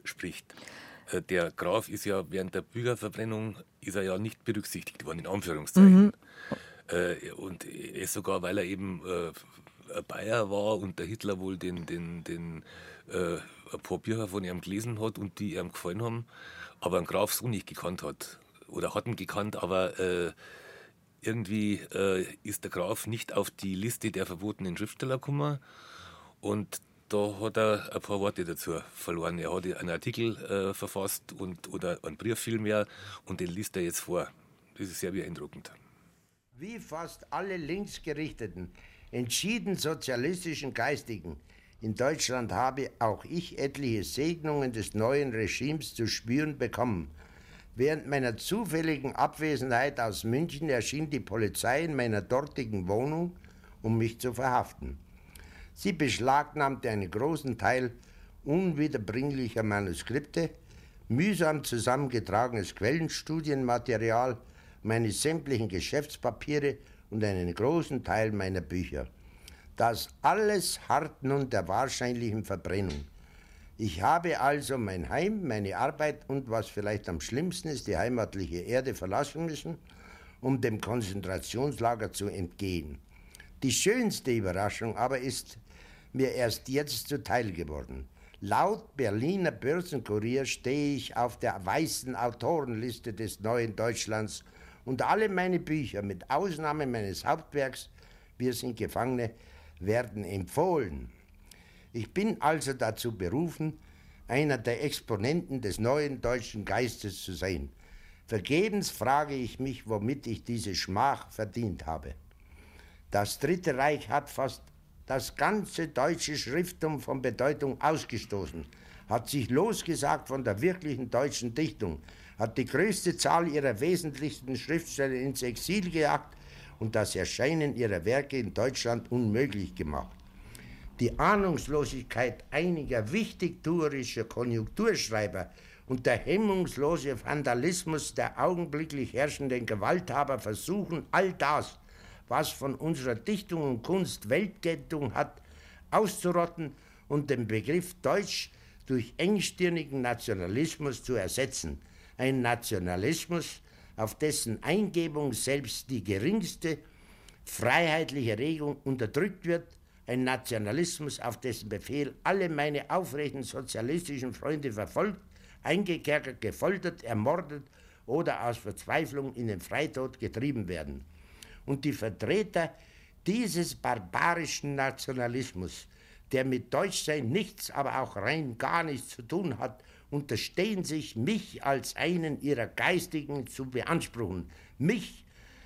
spricht. Äh, der Graf ist ja während der Bürgerverbrennung ist er ja nicht berücksichtigt worden, in Anführungszeichen. Mhm. Äh, und er sogar, weil er eben äh, ein Bayer war und der Hitler wohl den, den, den äh, ein paar Bücher von ihm gelesen hat und die ihm gefallen haben, aber einen Graf so nicht gekannt hat. Oder hat ihn gekannt, aber äh, irgendwie äh, ist der Graf nicht auf die Liste der verbotenen Schriftsteller gekommen. Und da hat er ein paar Worte dazu verloren. Er hat einen Artikel äh, verfasst und, oder einen Brief vielmehr und den liest er jetzt vor. Das ist sehr beeindruckend. Wie fast alle linksgerichteten, entschieden sozialistischen Geistigen in Deutschland habe auch ich etliche Segnungen des neuen Regimes zu spüren bekommen. Während meiner zufälligen Abwesenheit aus München erschien die Polizei in meiner dortigen Wohnung, um mich zu verhaften. Sie beschlagnahmte einen großen Teil unwiederbringlicher Manuskripte, mühsam zusammengetragenes Quellenstudienmaterial, meine sämtlichen Geschäftspapiere und einen großen Teil meiner Bücher. Das alles harrt nun der wahrscheinlichen Verbrennung. Ich habe also mein Heim, meine Arbeit und, was vielleicht am schlimmsten ist, die heimatliche Erde verlassen müssen, um dem Konzentrationslager zu entgehen. Die schönste Überraschung aber ist mir erst jetzt zuteil geworden. Laut Berliner Börsenkurier stehe ich auf der weißen Autorenliste des neuen Deutschlands und alle meine Bücher, mit Ausnahme meines Hauptwerks Wir sind Gefangene, werden empfohlen. Ich bin also dazu berufen, einer der Exponenten des neuen deutschen Geistes zu sein. Vergebens frage ich mich, womit ich diese Schmach verdient habe. Das Dritte Reich hat fast das ganze deutsche Schrifttum von Bedeutung ausgestoßen, hat sich losgesagt von der wirklichen deutschen Dichtung, hat die größte Zahl ihrer wesentlichsten Schriftsteller ins Exil gejagt und das Erscheinen ihrer Werke in Deutschland unmöglich gemacht. Die Ahnungslosigkeit einiger wichtigtuerischer Konjunkturschreiber und der hemmungslose Vandalismus der augenblicklich herrschenden Gewalthaber versuchen, all das, was von unserer Dichtung und Kunst Weltgeltung hat, auszurotten und den Begriff Deutsch durch engstirnigen Nationalismus zu ersetzen. Ein Nationalismus, auf dessen Eingebung selbst die geringste freiheitliche Regung unterdrückt wird, ein Nationalismus, auf dessen Befehl alle meine aufrechten sozialistischen Freunde verfolgt, eingekerkert, gefoltert, ermordet oder aus Verzweiflung in den Freitod getrieben werden. Und die Vertreter dieses barbarischen Nationalismus, der mit Deutschsein nichts, aber auch rein gar nichts zu tun hat, unterstehen sich, mich als einen ihrer Geistigen zu beanspruchen, mich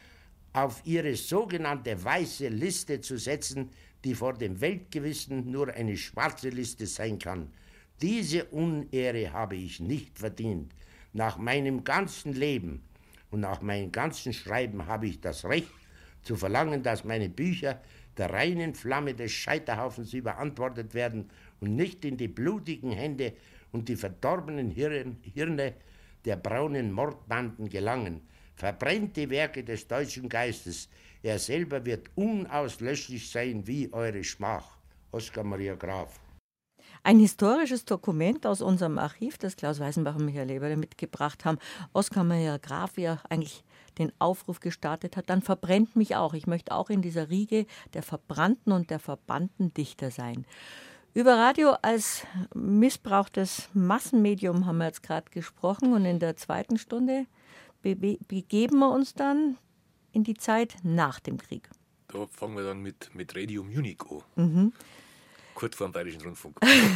auf ihre sogenannte weiße Liste zu setzen, die vor dem Weltgewissen nur eine schwarze Liste sein kann. Diese Unehre habe ich nicht verdient. Nach meinem ganzen Leben und nach meinem ganzen Schreiben habe ich das Recht zu verlangen, dass meine Bücher der reinen Flamme des Scheiterhaufens überantwortet werden und nicht in die blutigen Hände und die verdorbenen Hirn, Hirne der braunen Mordbanden gelangen. Verbrennt die Werke des deutschen Geistes. Er selber wird unauslöschlich sein wie eure Schmach. Oskar Maria Graf. Ein historisches Dokument aus unserem Archiv, das Klaus Weißenbach und Michael Eberle mitgebracht haben. Oskar Maria Graf, wie er eigentlich den Aufruf gestartet hat, dann verbrennt mich auch. Ich möchte auch in dieser Riege der verbrannten und der verbannten Dichter sein. Über Radio als missbrauchtes Massenmedium haben wir jetzt gerade gesprochen und in der zweiten Stunde be- begeben wir uns dann in die Zeit nach dem Krieg. Da fangen wir dann mit, mit Radio Munich an. Mhm. Kurz vor dem Bayerischen Rundfunk.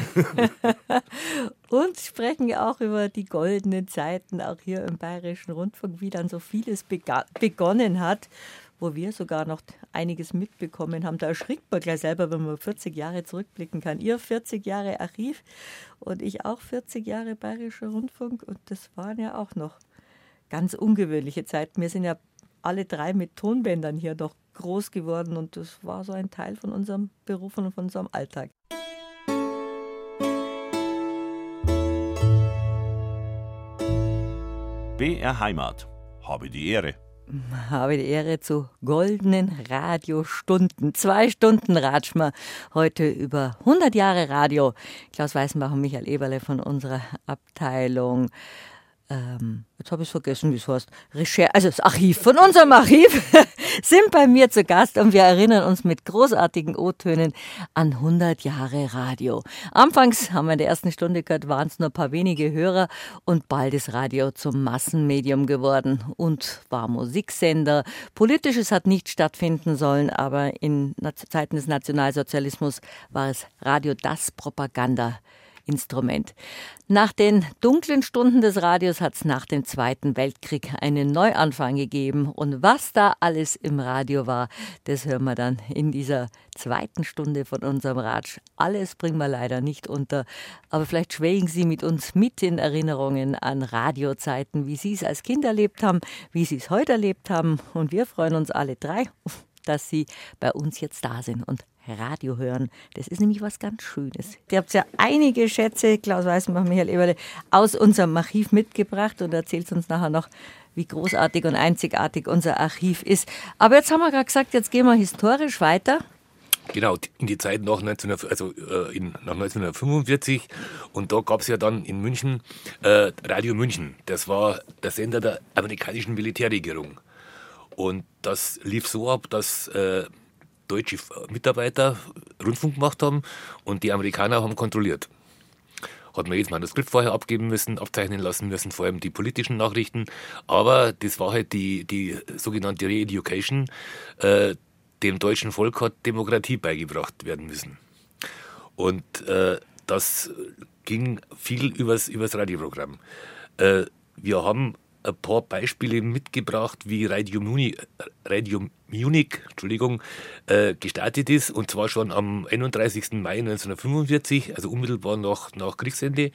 Und sprechen auch über die goldenen Zeiten, auch hier im Bayerischen Rundfunk, wie dann so vieles bega- begonnen hat, wo wir sogar noch einiges mitbekommen haben. Da erschrickt man gleich selber, wenn man vierzig Jahre zurückblicken kann. Ihr vierzig Jahre Archiv und ich auch vierzig Jahre Bayerischer Rundfunk. Und das waren ja auch noch ganz ungewöhnliche Zeiten. Wir sind ja alle drei mit Tonbändern hier doch groß geworden und das war so ein Teil von unserem Beruf und von unserem Alltag. B R Heimat. Habe die Ehre. Habe die Ehre zu goldenen Radiostunden. Zwei Stunden ratschen wir heute über hundert Jahre Radio. Klaus Weißenbach und Michael Eberle von unserer Abteilung. Ähm, jetzt habe ich es vergessen, wie es heißt. Recher- also das Archiv von unserem Archiv sind bei mir zu Gast und wir erinnern uns mit großartigen O-Tönen an hundert Jahre Radio. Anfangs haben wir in der ersten Stunde gehört, waren es nur ein paar wenige Hörer und bald ist Radio zum Massenmedium geworden und war Musiksender. Politisches hat nicht stattfinden sollen, aber in Zeiten des Nationalsozialismus war es Radio das Propaganda. Instrument. Nach den dunklen Stunden des Radios hat es nach dem Zweiten Weltkrieg einen Neuanfang gegeben. Und was da alles im Radio war, das hören wir dann in dieser zweiten Stunde von unserem Ratsch. Alles bringen wir leider nicht unter, aber vielleicht schwelgen Sie mit uns mit in Erinnerungen an Radiozeiten, wie Sie es als Kind erlebt haben, wie Sie es heute erlebt haben. Und wir freuen uns alle drei, dass Sie bei uns jetzt da sind und Radio hören. Das ist nämlich was ganz Schönes. Ihr habt ja einige Schätze, Klaus Weißenbach, Michael Eberle, aus unserem Archiv mitgebracht und erzählt uns nachher noch, wie großartig und einzigartig unser Archiv ist. Aber jetzt haben wir gerade gesagt, jetzt gehen wir historisch weiter. Genau, in die Zeit nach, neunzehn, also, äh, in, nach neunzehnhundertfünfundvierzig. Und da gab es ja dann in München äh, Radio München. Das war der Sender der amerikanischen Militärregierung. Und das lief so ab, dass äh, deutsche Mitarbeiter Rundfunk gemacht haben und die Amerikaner haben kontrolliert. Hat man jedes Manuskript vorher abgeben müssen, abzeichnen lassen müssen, vor allem die politischen Nachrichten. Aber das war halt die, die sogenannte Re-Education. Äh, dem deutschen Volk hat Demokratie beigebracht werden müssen. Und äh, das ging viel übers, übers Radioprogramm. Äh, wir haben ein paar Beispiele mitgebracht, wie Radio Munich, Radio Munich Entschuldigung, äh, gestartet ist, und zwar schon am einunddreißigsten Mai neunzehnhundertfünfundvierzig, also unmittelbar nach, nach Kriegsende.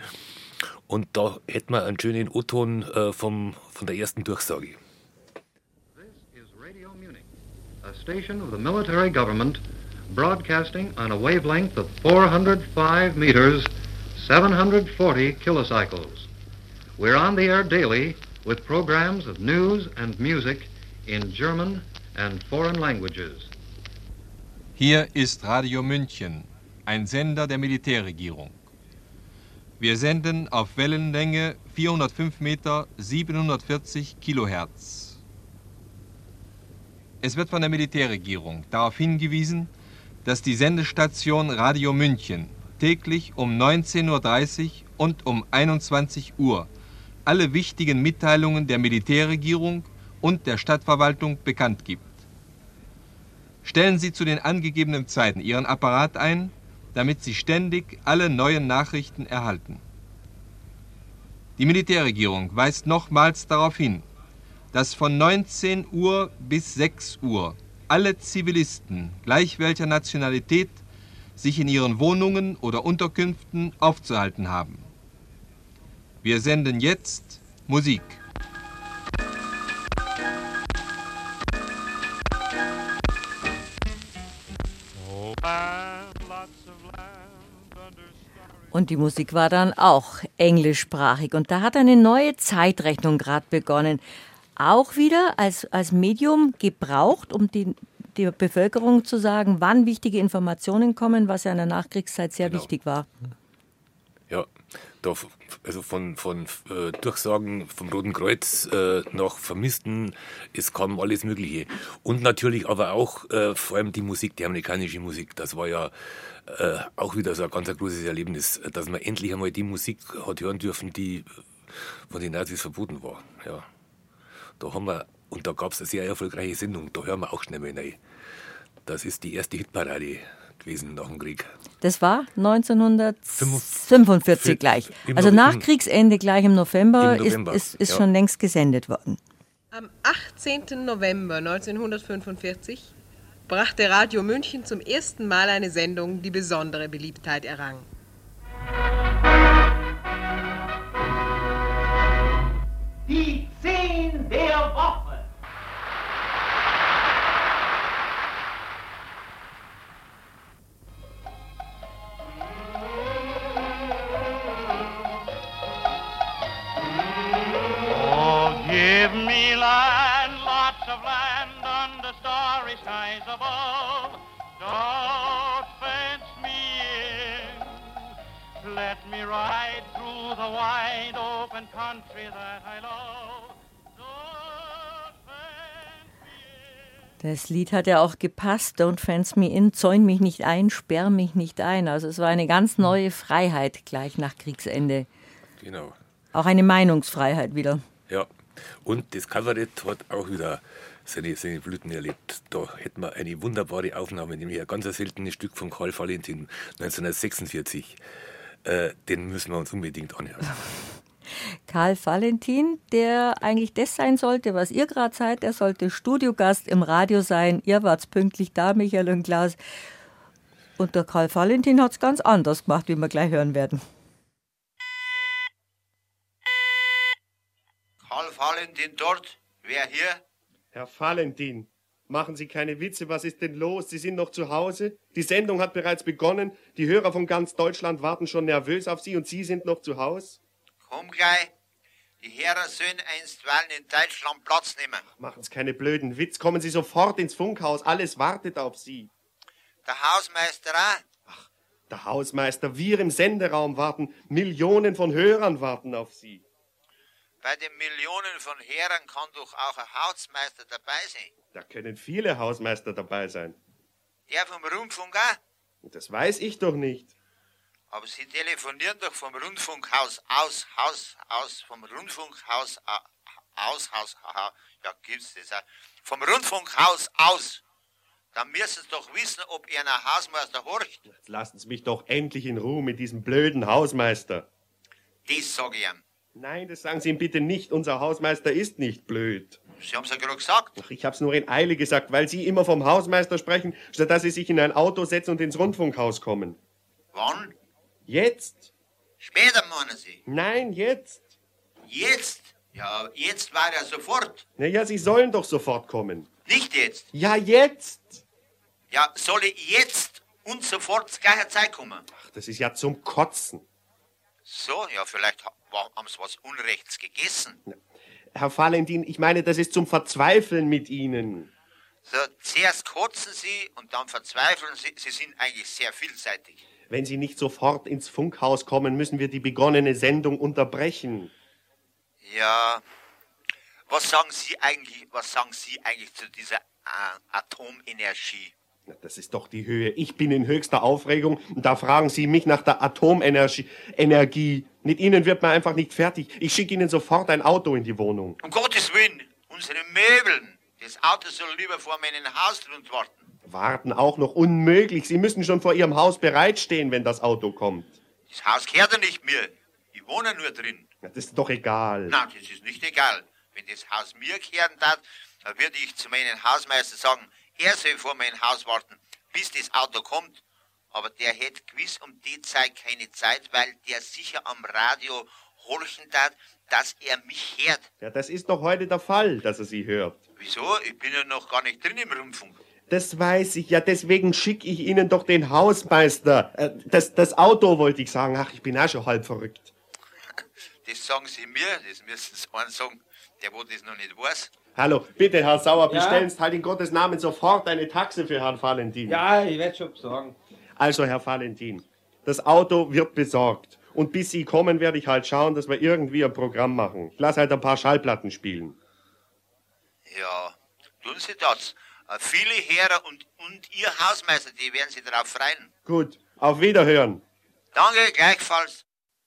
Und da hätten wir einen schönen O-Ton äh, vom, von der ersten Durchsage. This is Radio Munich, a station of the military government, broadcasting on a wavelength of four hundred five meters, seven hundred forty kilocycles. We're on the air daily with programs of news and music in German and foreign languages. Hier ist Radio München, ein Sender der Militärregierung. Wir senden auf Wellenlänge vierhundertfünf Meter, siebenhundertvierzig Kilohertz. Es wird von der Militärregierung darauf hingewiesen, dass die Sendestation Radio München täglich um neunzehn Uhr dreißig und um einundzwanzig Uhr alle wichtigen Mitteilungen der Militärregierung und der Stadtverwaltung bekannt gibt. Stellen Sie zu den angegebenen Zeiten Ihren Apparat ein, damit Sie ständig alle neuen Nachrichten erhalten. Die Militärregierung weist nochmals darauf hin, dass von neunzehn Uhr bis sechs Uhr alle Zivilisten, gleich welcher Nationalität, sich in ihren Wohnungen oder Unterkünften aufzuhalten haben. Wir senden jetzt Musik. Und die Musik war dann auch englischsprachig. Und da hat eine neue Zeitrechnung gerade begonnen. Auch wieder als, als Medium gebraucht, um die, die Bevölkerung zu sagen, wann wichtige Informationen kommen, was ja in der Nachkriegszeit sehr genau. wichtig war. Ja, da, also von, von äh, Durchsagen vom Roten Kreuz äh, nach Vermissten, es kam alles Mögliche. Und natürlich aber auch äh, vor allem die Musik, die amerikanische Musik. Das war ja äh, auch wieder so ein ganz großes Erlebnis, dass man endlich einmal die Musik hat hören dürfen, die von den Nazis verboten war. Ja. Da haben wir, und da gab es eine sehr erfolgreiche Sendung, da hören wir auch schnell mal rein. Das ist die erste Hitparade gewesen nach dem Krieg. Das war neunzehnhundertfünfundvierzig gleich. Also nach Kriegsende, gleich im November, im November. ist, ist, ist ja. schon längst gesendet worden. Am achtzehnten November neunzehnhundertfünfundvierzig brachte Radio München zum ersten Mal eine Sendung, die besondere Beliebtheit errang. Die Zehn der Woche. Oh, give me land, lots let me ride through the wide open country that I love. Das Lied hat ja auch gepasst, Don't Fence Me In, zäun mich nicht ein, sperr mich nicht ein. Also es war eine ganz neue Freiheit gleich nach Kriegsende. Genau. Auch eine Meinungsfreiheit wieder. Ja, und das Kabarett hat auch wieder seine, seine Blüten erlebt. Da hätten wir eine wunderbare Aufnahme, nämlich ein ganz seltenes Stück von Karl Valentin, neunzehnhundertsechsundvierzig. Äh, den müssen wir uns unbedingt anhören. Karl Valentin, der eigentlich das sein sollte, was ihr gerade seid. Er sollte Studiogast im Radio sein. Ihr wart pünktlich da, Michael und Klaus. Und der Karl Valentin hat es ganz anders gemacht, wie wir gleich hören werden. Karl Valentin dort? Wer hier? Herr Valentin, machen Sie keine Witze. Was ist denn los? Sie sind noch zu Hause? Die Sendung hat bereits begonnen. Die Hörer von ganz Deutschland warten schon nervös auf Sie und Sie sind noch zu Hause? Komm gleich. Die Herren sollen einstweilen in Deutschland Platz nehmen. Machen Sie keine blöden Witz. Kommen Sie sofort ins Funkhaus. Alles wartet auf Sie. Der Hausmeister auch? Der Hausmeister, wir im Senderaum warten. Millionen von Hörern warten auf Sie. Bei den Millionen von Hörern kann doch auch ein Hausmeister dabei sein. Da können viele Hausmeister dabei sein. Der vom Rundfunk auch? Das weiß ich doch nicht. Aber Sie telefonieren doch vom Rundfunkhaus aus, Haus, aus, vom Rundfunkhaus aus, Haus, ja, gibt's das auch. Vom Rundfunkhaus aus. Dann müssen Sie doch wissen, ob Ihr Hausmeister horcht. Jetzt lassen Sie mich doch endlich in Ruhe mit diesem blöden Hausmeister. Das sag ich ihm. Nein, das sagen Sie ihm bitte nicht. Unser Hausmeister ist nicht blöd. Sie haben's ja gerade gesagt. Ach, ich hab's nur in Eile gesagt, weil Sie immer vom Hausmeister sprechen, statt dass Sie sich in ein Auto setzen und ins Rundfunkhaus kommen. Wann? Jetzt. Später, meinen Sie? Nein, jetzt. Jetzt? Ja, jetzt war er sofort. Na ja, Sie sollen doch sofort kommen. Nicht jetzt? Ja, jetzt. Ja, soll ich jetzt und sofort zur gleichen Zeit kommen? Ach, das ist ja zum Kotzen. So, ja, vielleicht haben Sie was Unrechts gegessen. Herr Valentin, ich meine, das ist zum Verzweifeln mit Ihnen. So, zuerst kotzen Sie und dann verzweifeln Sie. Sie sind eigentlich sehr vielseitig. Wenn Sie nicht sofort ins Funkhaus kommen, müssen wir die begonnene Sendung unterbrechen. Ja, was sagen Sie eigentlich, was sagen Sie eigentlich zu dieser äh, Atomenergie? Na, das ist doch die Höhe. Ich bin in höchster Aufregung und da fragen Sie mich nach der Atomenergie. Energie. Mit Ihnen wird man einfach nicht fertig. Ich schicke Ihnen sofort ein Auto in die Wohnung. Um Gottes Willen, unsere Möbeln. Das Auto soll lieber vor meinem Hausgrund warten. Warten auch noch unmöglich. Sie müssen schon vor Ihrem Haus bereitstehen, wenn das Auto kommt. Das Haus gehört ja nicht mir. Ich wohne nur drin. Ja, das ist doch egal. Nein, das ist nicht egal. Wenn das Haus mir gehören darf, dann würde ich zu meinem Hausmeister sagen, er soll vor mein Haus warten, bis das Auto kommt. Aber der hätte gewiss um die Zeit keine Zeit, weil der sicher am Radio horchen darf, dass er mich hört. Ja, das ist doch heute der Fall, dass er Sie hört. Wieso? Ich bin ja noch gar nicht drin im Rundfunk. Das weiß ich ja, deswegen schicke ich Ihnen doch den Hausmeister. Äh, das, das Auto wollte ich sagen. Ach, ich bin auch schon halb verrückt. Das sagen Sie mir, das müssen Sie einen sagen, der wo das noch nicht weiß. Hallo, bitte, Herr Sauer, Ja? bestellen Sie halt in Gottes Namen sofort eine Taxe für Herrn Valentin. Ja, ich werde schon besorgen. Also, Herr Valentin, das Auto wird besorgt. Und bis Sie kommen, werde ich halt schauen, dass wir irgendwie ein Programm machen. Ich lasse halt ein paar Schallplatten spielen. Ja, tun Sie das. Äh, Viele Hörer und, und Ihr Hausmeister, die werden sich darauf freuen. Gut, auf Wiederhören. Danke, gleichfalls.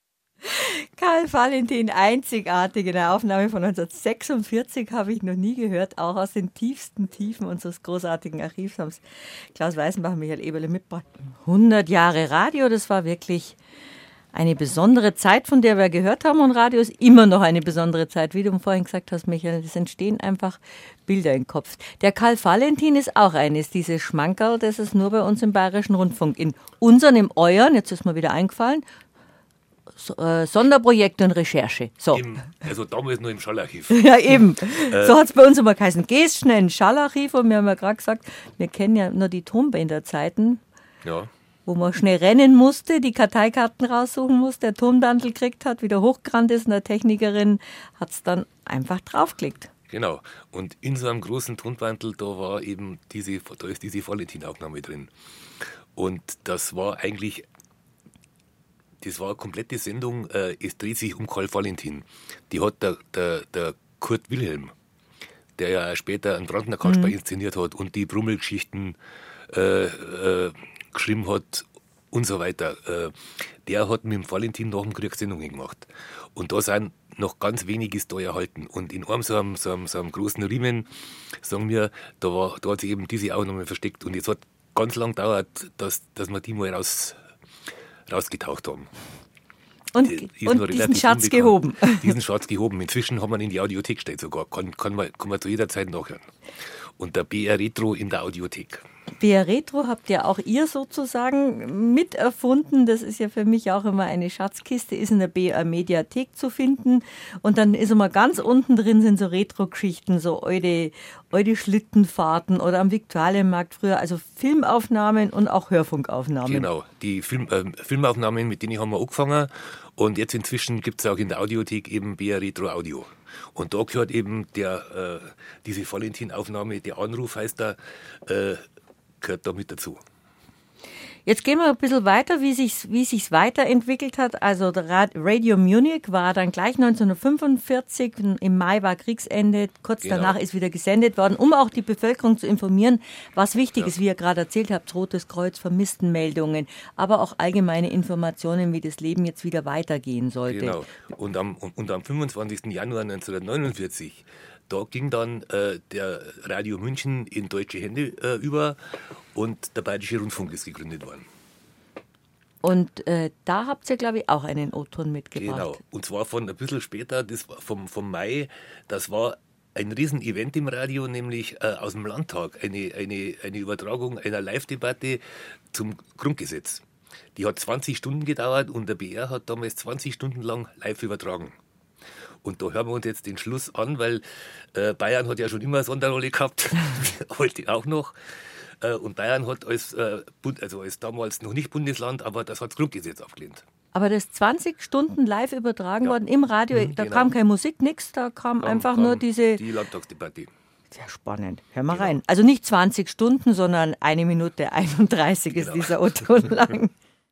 Karl Valentin, einzigartig in der Aufnahme von neunzehnhundertsechsundvierzig, habe ich noch nie gehört, auch aus den tiefsten Tiefen unseres großartigen Archivs haben es Klaus Weißenbach und Michael Eberle mitgebracht. hundert Jahre Radio, das war wirklich eine besondere Zeit, von der wir gehört haben, und Radio ist immer noch eine besondere Zeit, wie du vorhin gesagt hast, Michael, es entstehen einfach Bilder im Kopf. Der Karl Valentin ist auch eines, dieses Schmankerl, das es nur bei uns im Bayerischen Rundfunk, in unseren, im euren, jetzt ist mir wieder eingefallen, So, äh, Sonderprojekt und Recherche. So. Im, also damals nur im Schallarchiv. Ja, eben. Äh, So hat es bei uns immer geheißen. Gehst schnell ins Schallarchiv, und wir haben ja gerade gesagt, wir kennen ja nur die Tonbänderzeiten, Ja. wo man schnell rennen musste, die Karteikarten raussuchen musste, der Tonbandel gekriegt hat, wieder hochgerannt ist, und der Technikerin hat es dann einfach draufgelegt. Genau. Und in so einem großen Tonbandel, da war eben diese, da ist diese Valentin-Aufnahme drin. Und das war eigentlich das war eine komplette Sendung, äh, es dreht sich um Karl Valentin. Die hat der, der, der Kurt Wilhelm, der ja später einen Brandner Kasper mhm. inszeniert hat und die Brummelgeschichten äh, äh, geschrieben hat und so weiter. Äh, der hat mit dem Valentin nach dem Krieg Sendungen gemacht. Und da sind noch ganz weniges da erhalten. Und in einem so einem, so einem, so einem großen Riemen, sagen wir, da, war, da hat sich eben diese Aufnahme versteckt. Und es hat ganz lang gedauert, dass, dass wir die mal raus, rausgetaucht haben. Und, die, und diesen Schatz gehoben. Diesen Schatz gehoben. Inzwischen haben wir ihn in die Audiothek gestellt sogar. Kann, kann, man, kann man zu jeder Zeit nachhören. Und der B R Retro in der Audiothek. B R Retro habt ja auch ihr sozusagen miterfunden. Das ist ja für mich auch immer eine Schatzkiste, ist in der B R Mediathek zu finden. Und dann ist immer ganz unten drin sind so Retro-Geschichten, so alte, alte Schlittenfahrten oder am Viktualienmarkt früher, also Filmaufnahmen und auch Hörfunkaufnahmen. Genau, die Film, äh, Filmaufnahmen, mit denen haben wir angefangen. Und jetzt inzwischen gibt es auch in der Audiothek eben B R Retro Audio. Und da gehört eben der, äh, diese Valentin-Aufnahme, der Anruf heißt da, äh, gehört da mit dazu. Jetzt gehen wir ein bisschen weiter, wie sich wie sich's weiterentwickelt hat. Also Radio Munich war dann gleich neunzehnhundertfünfundvierzig, im Mai war Kriegsende, kurz Genau. danach ist wieder gesendet worden, um auch die Bevölkerung zu informieren, was wichtig Ja. ist, wie ihr gerade erzählt habt, Rotes Kreuz, Vermisstenmeldungen, aber auch allgemeine Informationen, wie das Leben jetzt wieder weitergehen sollte. Genau. Und am, und am fünfundzwanzigsten Januar neunzehnhundertneunundvierzig, da ging dann äh, der Radio München in deutsche Hände äh, über und der Bayerische Rundfunk ist gegründet worden. Und äh, da habt ihr, glaube ich, auch einen O-Ton mitgebracht. Genau. Und zwar von ein bisschen später, das war vom, vom Mai, das war ein Riesen-Event im Radio, nämlich äh, aus dem Landtag, eine, eine, eine Übertragung einer Live-Debatte zum Grundgesetz. Die hat zwanzig Stunden gedauert und der B R hat damals zwanzig Stunden lang live übertragen. Und da hören wir uns jetzt den Schluss an, weil äh, Bayern hat ja schon immer eine Sonderrolle gehabt, heute auch noch. Äh, und Bayern hat als, äh, Bund, also als damals noch nicht Bundesland, aber das hat das Grundgesetz aufgelehnt. Aber das ist zwanzig Stunden live übertragen worden im Radio, Mhm, da genau. kam keine Musik, nichts, da kam Kam- einfach kam nur diese... Die Landtagsdebatte. Sehr spannend. Hör mal rein. Also nicht zwanzig Stunden, sondern eine Minute einunddreißig ist dieser O-Ton lang.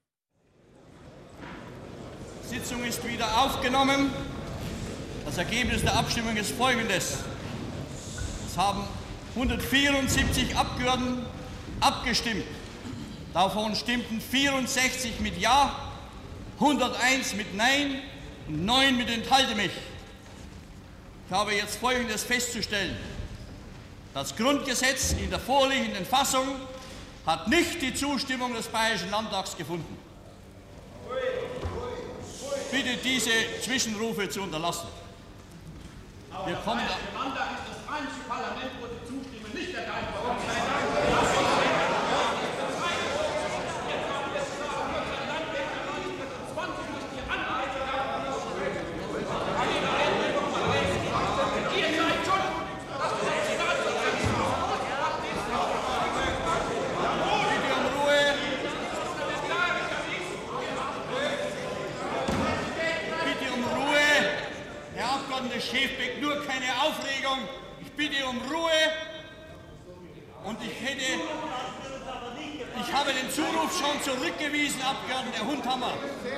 Die Sitzung ist wieder aufgenommen. Das Ergebnis der Abstimmung ist folgendes. Es haben hundertvierundsiebzig Abgeordnete abgestimmt. Davon stimmten vierundsechzig mit Ja, hunderteins mit Nein und neun mit Enthalte mich. Ich habe jetzt Folgendes festzustellen. Das Grundgesetz in der vorliegenden Fassung hat nicht die Zustimmung des Bayerischen Landtags gefunden. Bitte diese Zwischenrufe zu unterlassen. Wir kommen da. Landtag ist das einzige Parlament, wo die Zustimmung nicht erteilt wird. Schäfbeck, nur keine Aufregung. Ich bitte um Ruhe. Und ich hätte, ich habe den Zuruf schon zurückgewiesen, Abgeordneter Hundhammer.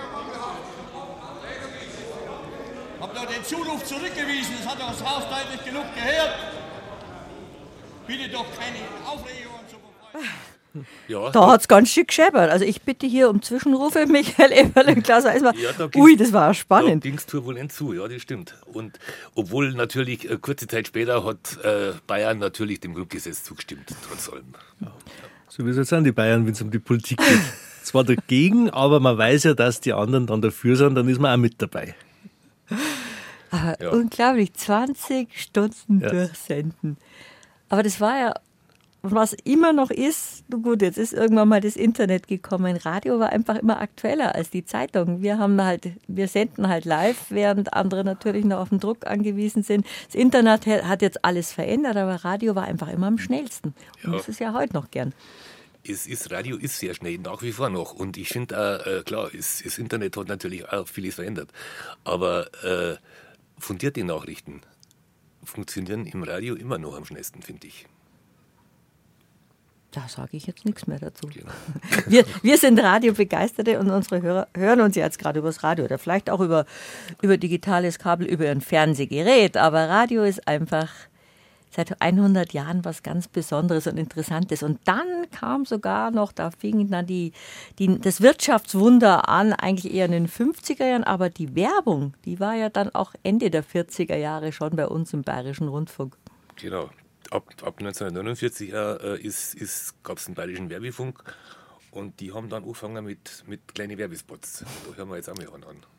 Ich habe doch den Zuruf zurückgewiesen, das hat doch das Haus deutlich genug gehört. Bitte doch keine Aufregung und so. Ja, Da hat es ganz schön gescheppert. Also ich bitte hier um Zwischenrufe, Michael Eberle und Klaus Eismer. Ja, da Ui, das war spannend. Da ging es turbulent zu, ja, das stimmt. Und obwohl natürlich äh, kurze Zeit später hat äh, Bayern natürlich dem Grundgesetz zugestimmt, trotz allem. So wie es jetzt sind die Bayern, wenn es um die Politik geht. Zwar dagegen, aber man weiß ja, dass die anderen dann dafür sind, dann ist man auch mit dabei. Aber Ja. unglaublich, zwanzig Stunden Ja. durchsenden. Aber das war ja, was immer noch ist, du gut, jetzt ist irgendwann mal das Internet gekommen. Radio war einfach immer aktueller als die Zeitung. Wir haben halt, wir senden halt live, während andere natürlich noch auf den Druck angewiesen sind. Das Internet hat jetzt alles verändert, aber Radio war einfach immer am schnellsten. Und Ja. das ist ja heute noch gern. Es ist, Radio ist sehr schnell, nach wie vor noch. Und ich finde, äh, äh, klar, es, das Internet hat natürlich auch vieles verändert. Aber äh, fundierte Nachrichten funktionieren im Radio immer noch am schnellsten, finde ich. Da sage ich jetzt nichts mehr dazu. Genau. Wir, wir sind Radiobegeisterte und unsere Hörer hören uns jetzt gerade übers Radio oder vielleicht auch über, über digitales Kabel, über ein Fernsehgerät. Aber Radio ist einfach seit hundert Jahren was ganz Besonderes und Interessantes. Und dann kam sogar noch, da fing dann die, die, das Wirtschaftswunder an, eigentlich eher in den fünfziger Jahren. Aber die Werbung, die war ja dann auch Ende der vierziger Jahre schon bei uns im Bayerischen Rundfunk. Genau. Ab, ab neunzehnhundertneunundvierzig äh, ist, ist, gab es den Bayerischen Werbefunk und die haben dann angefangen mit, mit kleinen Werbespots. Da hören wir jetzt auch mal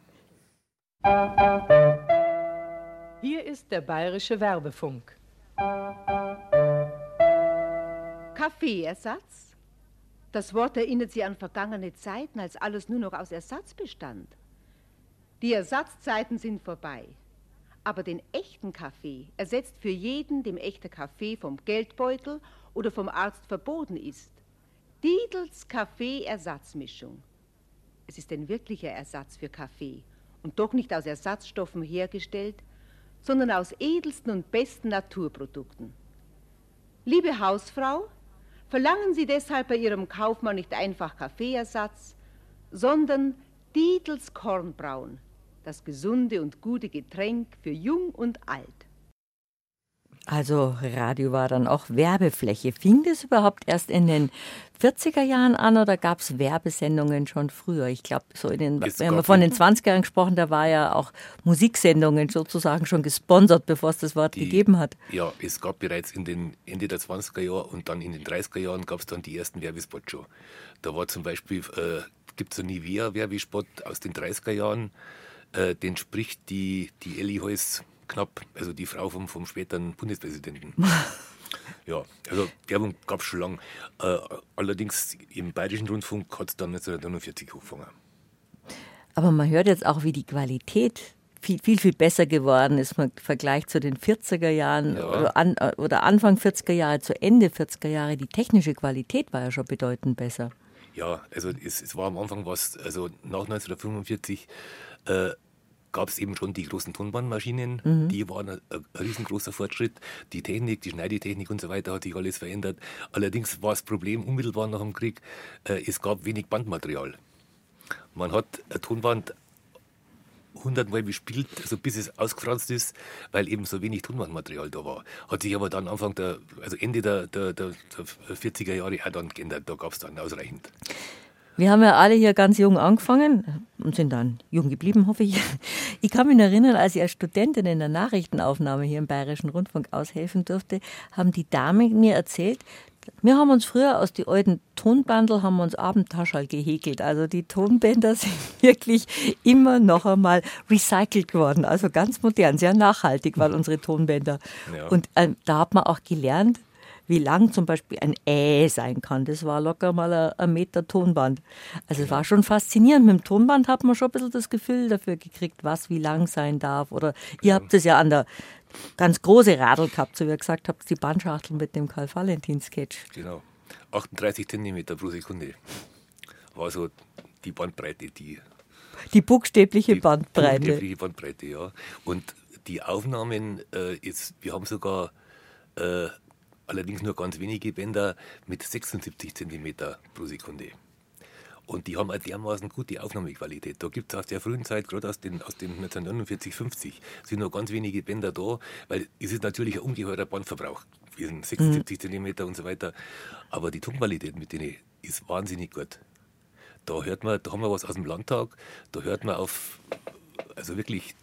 an. Hier ist der Bayerische Werbefunk. Kaffeeersatz? Das Wort erinnert Sie an vergangene Zeiten, als alles nur noch aus Ersatz bestand. Die Ersatzzeiten sind vorbei. Aber den echten Kaffee ersetzt für jeden, dem echter Kaffee vom Geldbeutel oder vom Arzt verboten ist, Dietls Kaffee-Ersatzmischung. Es ist ein wirklicher Ersatz für Kaffee und doch nicht aus Ersatzstoffen hergestellt, sondern aus edelsten und besten Naturprodukten. Liebe Hausfrau, verlangen Sie deshalb bei Ihrem Kaufmann nicht einfach Kaffeeersatz, sondern Dietls Kornbraun. Das gesunde und gute Getränk für Jung und Alt. Also Radio war dann auch Werbefläche. Fing das überhaupt erst in den vierziger Jahren an oder gab es Werbesendungen schon früher? Ich glaube, so in den, wir haben von den zwanziger Jahren gesprochen, da war ja auch Musiksendungen sozusagen schon gesponsert, bevor es das Wort die, gegeben hat. Ja, es gab bereits in den Ende der zwanziger Jahre und dann in den dreißiger Jahren gab es dann die ersten Werbespots schon. Da war zum Beispiel, äh, gibt es einen Nivea-Werbespot aus den dreißiger Jahren, äh, den spricht die, die Elli Heuss Knapp, also die Frau vom, vom späteren Bundespräsidenten. Ja, also Werbung gab es schon lange. Äh, allerdings im Bayerischen Rundfunk hat es dann neunzehnhundertneunundvierzig hochgefangen. Aber man hört jetzt auch, wie die Qualität viel, viel, viel besser geworden ist im Vergleich zu den vierziger Jahren ja. oder, an, oder Anfang vierziger Jahre zu Ende vierziger Jahre. Die technische Qualität war ja schon bedeutend besser. Ja, also es, es war am Anfang was, also nach neunzehnhundertfünfundvierzig äh, gab es eben schon die großen Tonbandmaschinen, mhm. die waren ein, ein riesengroßer Fortschritt. Die Technik, die Schneidetechnik und so weiter hat sich alles verändert. Allerdings war das Problem unmittelbar nach dem Krieg, äh, es gab wenig Bandmaterial. Man hat ein Tonband hundertmal bespielt, also bis es ausgefranst ist, weil eben so wenig Tonbandmaterial da war. Hat sich aber dann Anfang der, also Ende der, der, der, der vierziger Jahre auch dann geändert, da gab es dann ausreichend. Wir haben ja alle hier ganz jung angefangen und sind dann jung geblieben, hoffe ich. Ich kann mich erinnern, als ich als Studentin in der Nachrichtenaufnahme hier im Bayerischen Rundfunk aushelfen durfte, haben die Damen mir erzählt, wir haben uns früher aus den alten Tonbandel haben wir uns Abendtaschel gehäkelt. Also die Tonbänder sind wirklich immer noch einmal recycelt geworden. Also ganz modern, sehr nachhaltig waren unsere Tonbänder. Ja. Und äh, da hat man auch gelernt, wie lang zum Beispiel ein Ä sein kann. Das war locker mal ein, ein Meter Tonband. Also es war schon faszinierend. Mit dem Tonband hat man schon ein bisschen das Gefühl dafür gekriegt, was wie lang sein darf. Oder ihr ja. habt es ja an der ganz große Radl gehabt, so wie ihr gesagt habt, die Bandschachtel mit dem Karl-Valentin-Sketch. Genau. achtunddreißig Zentimeter pro Sekunde war so die Bandbreite, die... Die buchstäbliche die Bandbreite. Die buchstäbliche Bandbreite, ja. Und die Aufnahmen, äh, jetzt, wir haben sogar... Äh, allerdings nur ganz wenige Bänder mit sechsundsiebzig Zentimeter pro Sekunde. Und die haben auch dermaßen gute Aufnahmequalität. Da gibt es aus der frühen Zeit, gerade aus den, aus den neunzehnhundertneunundvierzig, fünfzig, sind nur ganz wenige Bänder da, weil es ist natürlich ein ungeheurer Bandverbrauch. Wir sind sechsundsiebzig mhm. Zentimeter und so weiter. Aber die Tonqualität mit denen ist wahnsinnig gut. Da hört man, da haben wir was aus dem Landtag, da hört man auf, also wirklich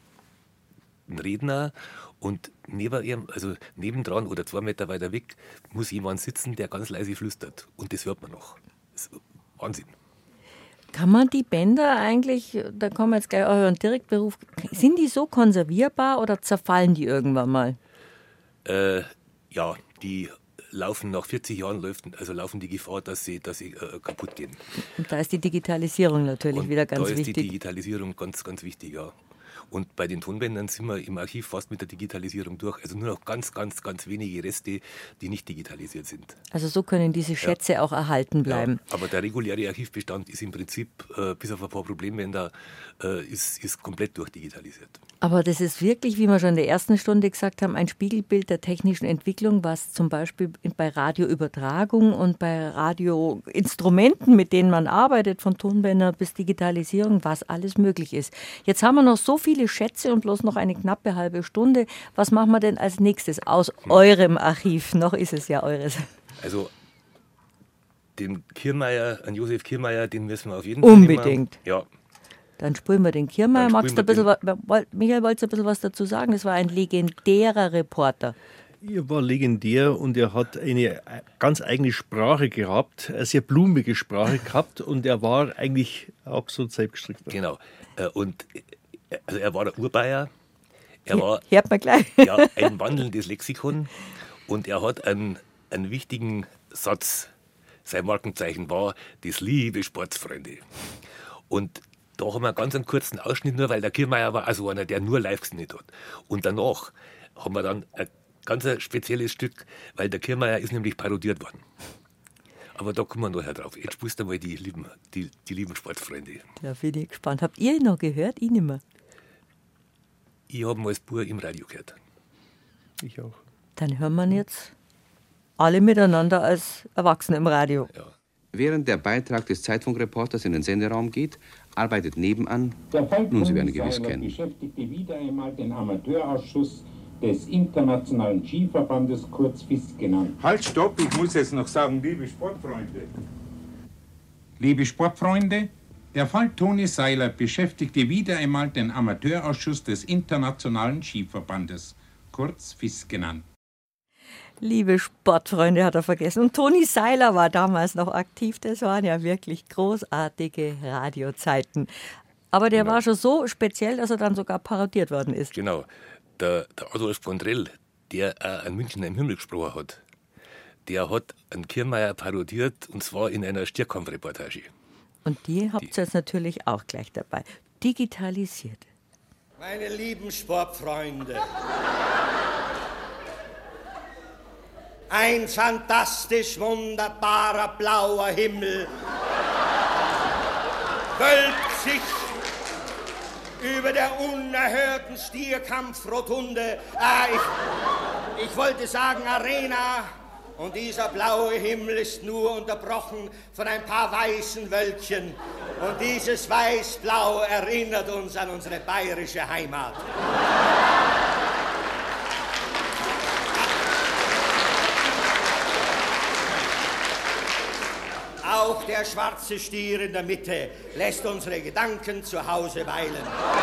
einen Redner. Und neben ihm, also nebendran oder zwei Meter weiter weg, muss jemand sitzen, der ganz leise flüstert. Und das hört man noch. Das ist Wahnsinn. Kann man die Bänder eigentlich, da kommen wir jetzt gleich auf euren Direktberuf, sind die so konservierbar oder zerfallen die irgendwann mal? Äh, ja, die laufen nach vierzig Jahren, laufen, also laufen die Gefahr, dass sie, dass sie äh, kaputt gehen. Und da ist die Digitalisierung natürlich Und wieder ganz wichtig. Da ist wichtig. Die Digitalisierung ganz, ganz wichtig, ja. Und bei den Tonbändern sind wir im Archiv fast mit der Digitalisierung durch. Also nur noch ganz, ganz, ganz wenige Reste, die nicht digitalisiert sind. Also so können diese Schätze ja. auch erhalten bleiben. Ja, aber der reguläre Archivbestand ist im Prinzip, äh, bis auf ein paar Problembänder, äh, ist, ist komplett durchdigitalisiert. Aber das ist wirklich, wie wir schon in der ersten Stunde gesagt haben, ein Spiegelbild der technischen Entwicklung, was zum Beispiel bei Radioübertragung und bei Radioinstrumenten, mit denen man arbeitet, von Tonbändern bis Digitalisierung, was alles möglich ist. Jetzt haben wir noch so viele Schätze und bloß noch eine knappe halbe Stunde. Was machen wir denn als nächstes aus hm. eurem Archiv? Noch ist es ja eures. Also den Kiermeier, an Josef Kiermeier, den müssen wir auf jeden Fall unbedingt. Ja. Dann spulen wir den Kiermeier. Magst du ein bisschen, was, Michael, wolltest du ein bisschen was dazu sagen? Das war ein legendärer Reporter. Er war legendär und er hat eine ganz eigene Sprache gehabt, eine sehr blumige Sprache gehabt und er war eigentlich absolut selbstgestrickt. Genau. Und also er war der Urbayer. Er war Hört man gleich. Ja, ein wandelndes Lexikon und er hat einen, einen wichtigen Satz. Sein Markenzeichen war das liebe Sportsfreunde. Und da haben wir einen ganz einen kurzen Ausschnitt, nur weil der Kiermeier war also einer, der nur live gesendet hat. Und danach haben wir dann ein ganz spezielles Stück, weil der Kiermeier ist nämlich parodiert worden. Aber da kommen wir nachher drauf. Jetzt spielst du mal die lieben, die, die lieben Sportsfreunde. Ja, bin ich gespannt. Habt ihr ihn noch gehört? Ich nicht mehr. Ich habe ihn als Bub im Radio gehört. Ich auch. Dann hören wir ihn jetzt alle miteinander als Erwachsene im Radio. Ja. Während der Beitrag des Zeitfunkreporters in den Senderaum geht, arbeitet nebenan, der nun, Sie werden ihn gewiss Seiler kennen. beschäftigte wieder einmal den Amateurausschuss des Internationalen Skiverbandes, kurz F I S genannt. Halt, stopp, ich muss jetzt noch sagen, liebe Sportfreunde. Liebe Sportfreunde, der Fall Toni Seiler beschäftigte wieder einmal den Amateurausschuss des Internationalen Skiverbandes, kurz F I S genannt. Liebe Sportfreunde, hat er vergessen. Und Toni Seiler war damals noch aktiv. Das waren ja wirklich großartige Radiozeiten. Aber der genau. war schon so speziell, dass er dann sogar parodiert worden ist. Genau. Der, der Adolf Gondrell, der auch an München im Himmel gesprochen hat, der hat einen Kiermeier parodiert, und zwar in einer Stierkampfreportage. Und die habt ihr jetzt natürlich auch gleich dabei. Digitalisiert. Meine lieben Sportfreunde, ein fantastisch wunderbarer blauer Himmel wölbt sich über der unerhörten Stierkampfrotunde, ah, ich, ich wollte sagen Arena, und dieser blaue Himmel ist nur unterbrochen von ein paar weißen Wölkchen, und dieses Weiß-Blau erinnert uns an unsere bayerische Heimat. Auch der schwarze Stier in der Mitte lässt unsere Gedanken zu Hause weilen.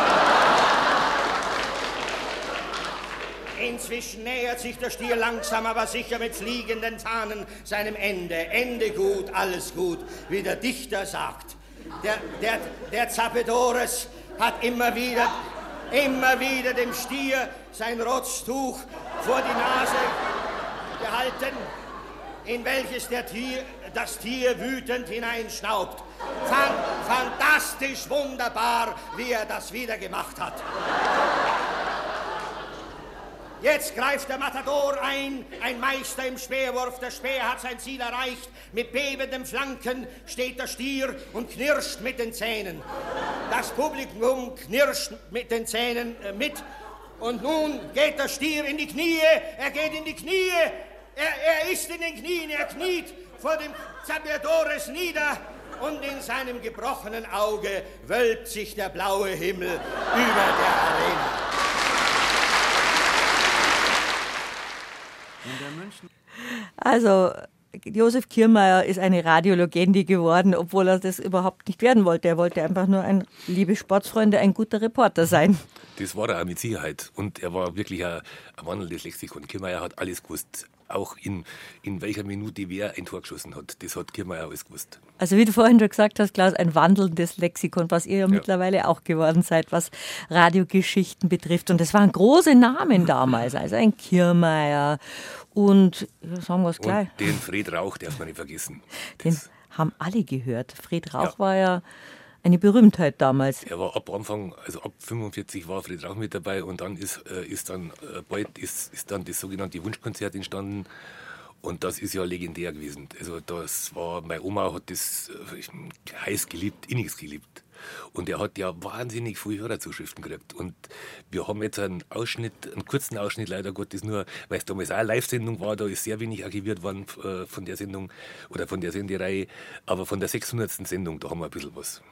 Inzwischen nähert sich der Stier langsam, aber sicher mit fliegenden Fahnen seinem Ende. Ende gut, alles gut, wie der Dichter sagt. Der, der, der Zapedores hat immer wieder, immer wieder dem Stier sein Rotztuch vor die Nase gehalten, in welches der Tier, das Tier wütend hineinschnaubt. Fan, fantastisch wunderbar, wie er das wieder gemacht hat. Jetzt greift der Matador ein, ein Meister im Speerwurf. Der Speer hat sein Ziel erreicht. Mit bebenden Flanken steht der Stier und knirscht mit den Zähnen. Das Publikum knirscht mit den Zähnen äh, mit. Und nun geht der Stier in die Knie. Er geht in die Knie. Er, er ist in den Knien. Er kniet vor dem Zapedores nieder. Und in seinem gebrochenen Auge wölbt sich der blaue Himmel über der Arena. Also, Josef Kiermeier ist eine Radiolegende geworden, obwohl er das überhaupt nicht werden wollte. Er wollte einfach nur ein, liebe Sportsfreunde, ein guter Reporter sein. Das war er auch mit Sicherheit. Und er war wirklich ein, ein wandelndes Lexikon. Kiermeier hat alles gewusst. Auch in, in welcher Minute wer ein Tor geschossen hat. Das hat Kiermeier alles gewusst. Also wie du vorhin schon gesagt hast, Klaus, ein wandelndes Lexikon, was ihr ja, ja mittlerweile auch geworden seid, was Radiogeschichten betrifft. Und das waren große Namen damals. Also ein Kiermeier und, ja, sagen wir es gleich. Und den Fred Rauch darf man nicht vergessen. Den das haben alle gehört. Fred Rauch ja. war ja eine Berühmtheit damals. Er war ab Anfang, also ab fünfundvierzig war Fred Rauch mit dabei und dann ist, äh, ist dann äh, bald ist, ist dann das sogenannte Wunschkonzert entstanden. Und das ist ja legendär gewesen. Also das war, meine Oma hat das äh, heiß geliebt, innigst geliebt. Und er hat ja wahnsinnig viele Hörerzuschriften gekriegt. Und wir haben jetzt einen Ausschnitt, einen kurzen Ausschnitt, leider Gottes nur, weil es damals auch eine Live-Sendung war, da ist sehr wenig archiviert worden äh, von der Sendung oder von der Sendereihe. Aber von der sechshundertsten Sendung, da haben wir ein bisschen was.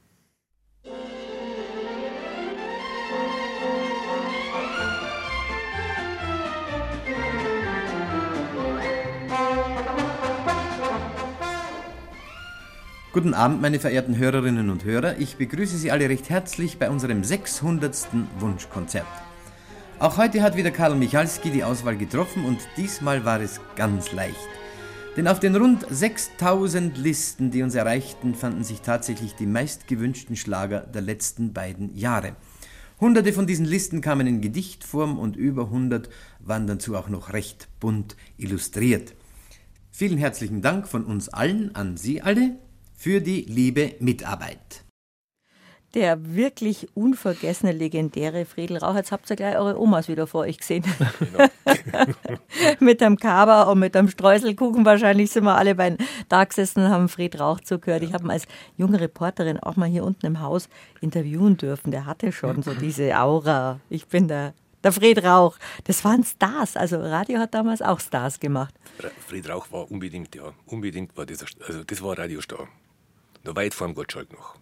Guten Abend, meine verehrten Hörerinnen und Hörer. Ich begrüße Sie alle recht herzlich bei unserem sechshundertsten Wunschkonzert. Auch heute hat wieder Karl Michalski die Auswahl getroffen und diesmal war es ganz leicht. Denn auf den rund sechstausend Listen, die uns erreichten, fanden sich tatsächlich die meistgewünschten Schlager der letzten beiden Jahre. Hunderte von diesen Listen kamen in Gedichtform und über hundert waren dazu auch noch recht bunt illustriert. Vielen herzlichen Dank von uns allen an Sie alle für die liebe Mitarbeit. Der wirklich unvergessene, legendäre Friedl Rauch. Jetzt habt ihr gleich eure Omas wieder vor euch gesehen. Genau. Mit dem Kaba und mit dem Streuselkuchen wahrscheinlich sind wir alle beim da gesessen und haben Fred Rauch zugehört. Ich habe ihn als junge Reporterin auch mal hier unten im Haus interviewen dürfen. Der hatte schon so diese Aura. Ich bin der, der Fred Rauch. Das waren Stars. Also Radio hat damals auch Stars gemacht. Fred Rauch war unbedingt, ja, unbedingt war das, also das war Radiostar. Noch weit vor dem Gottschalk noch.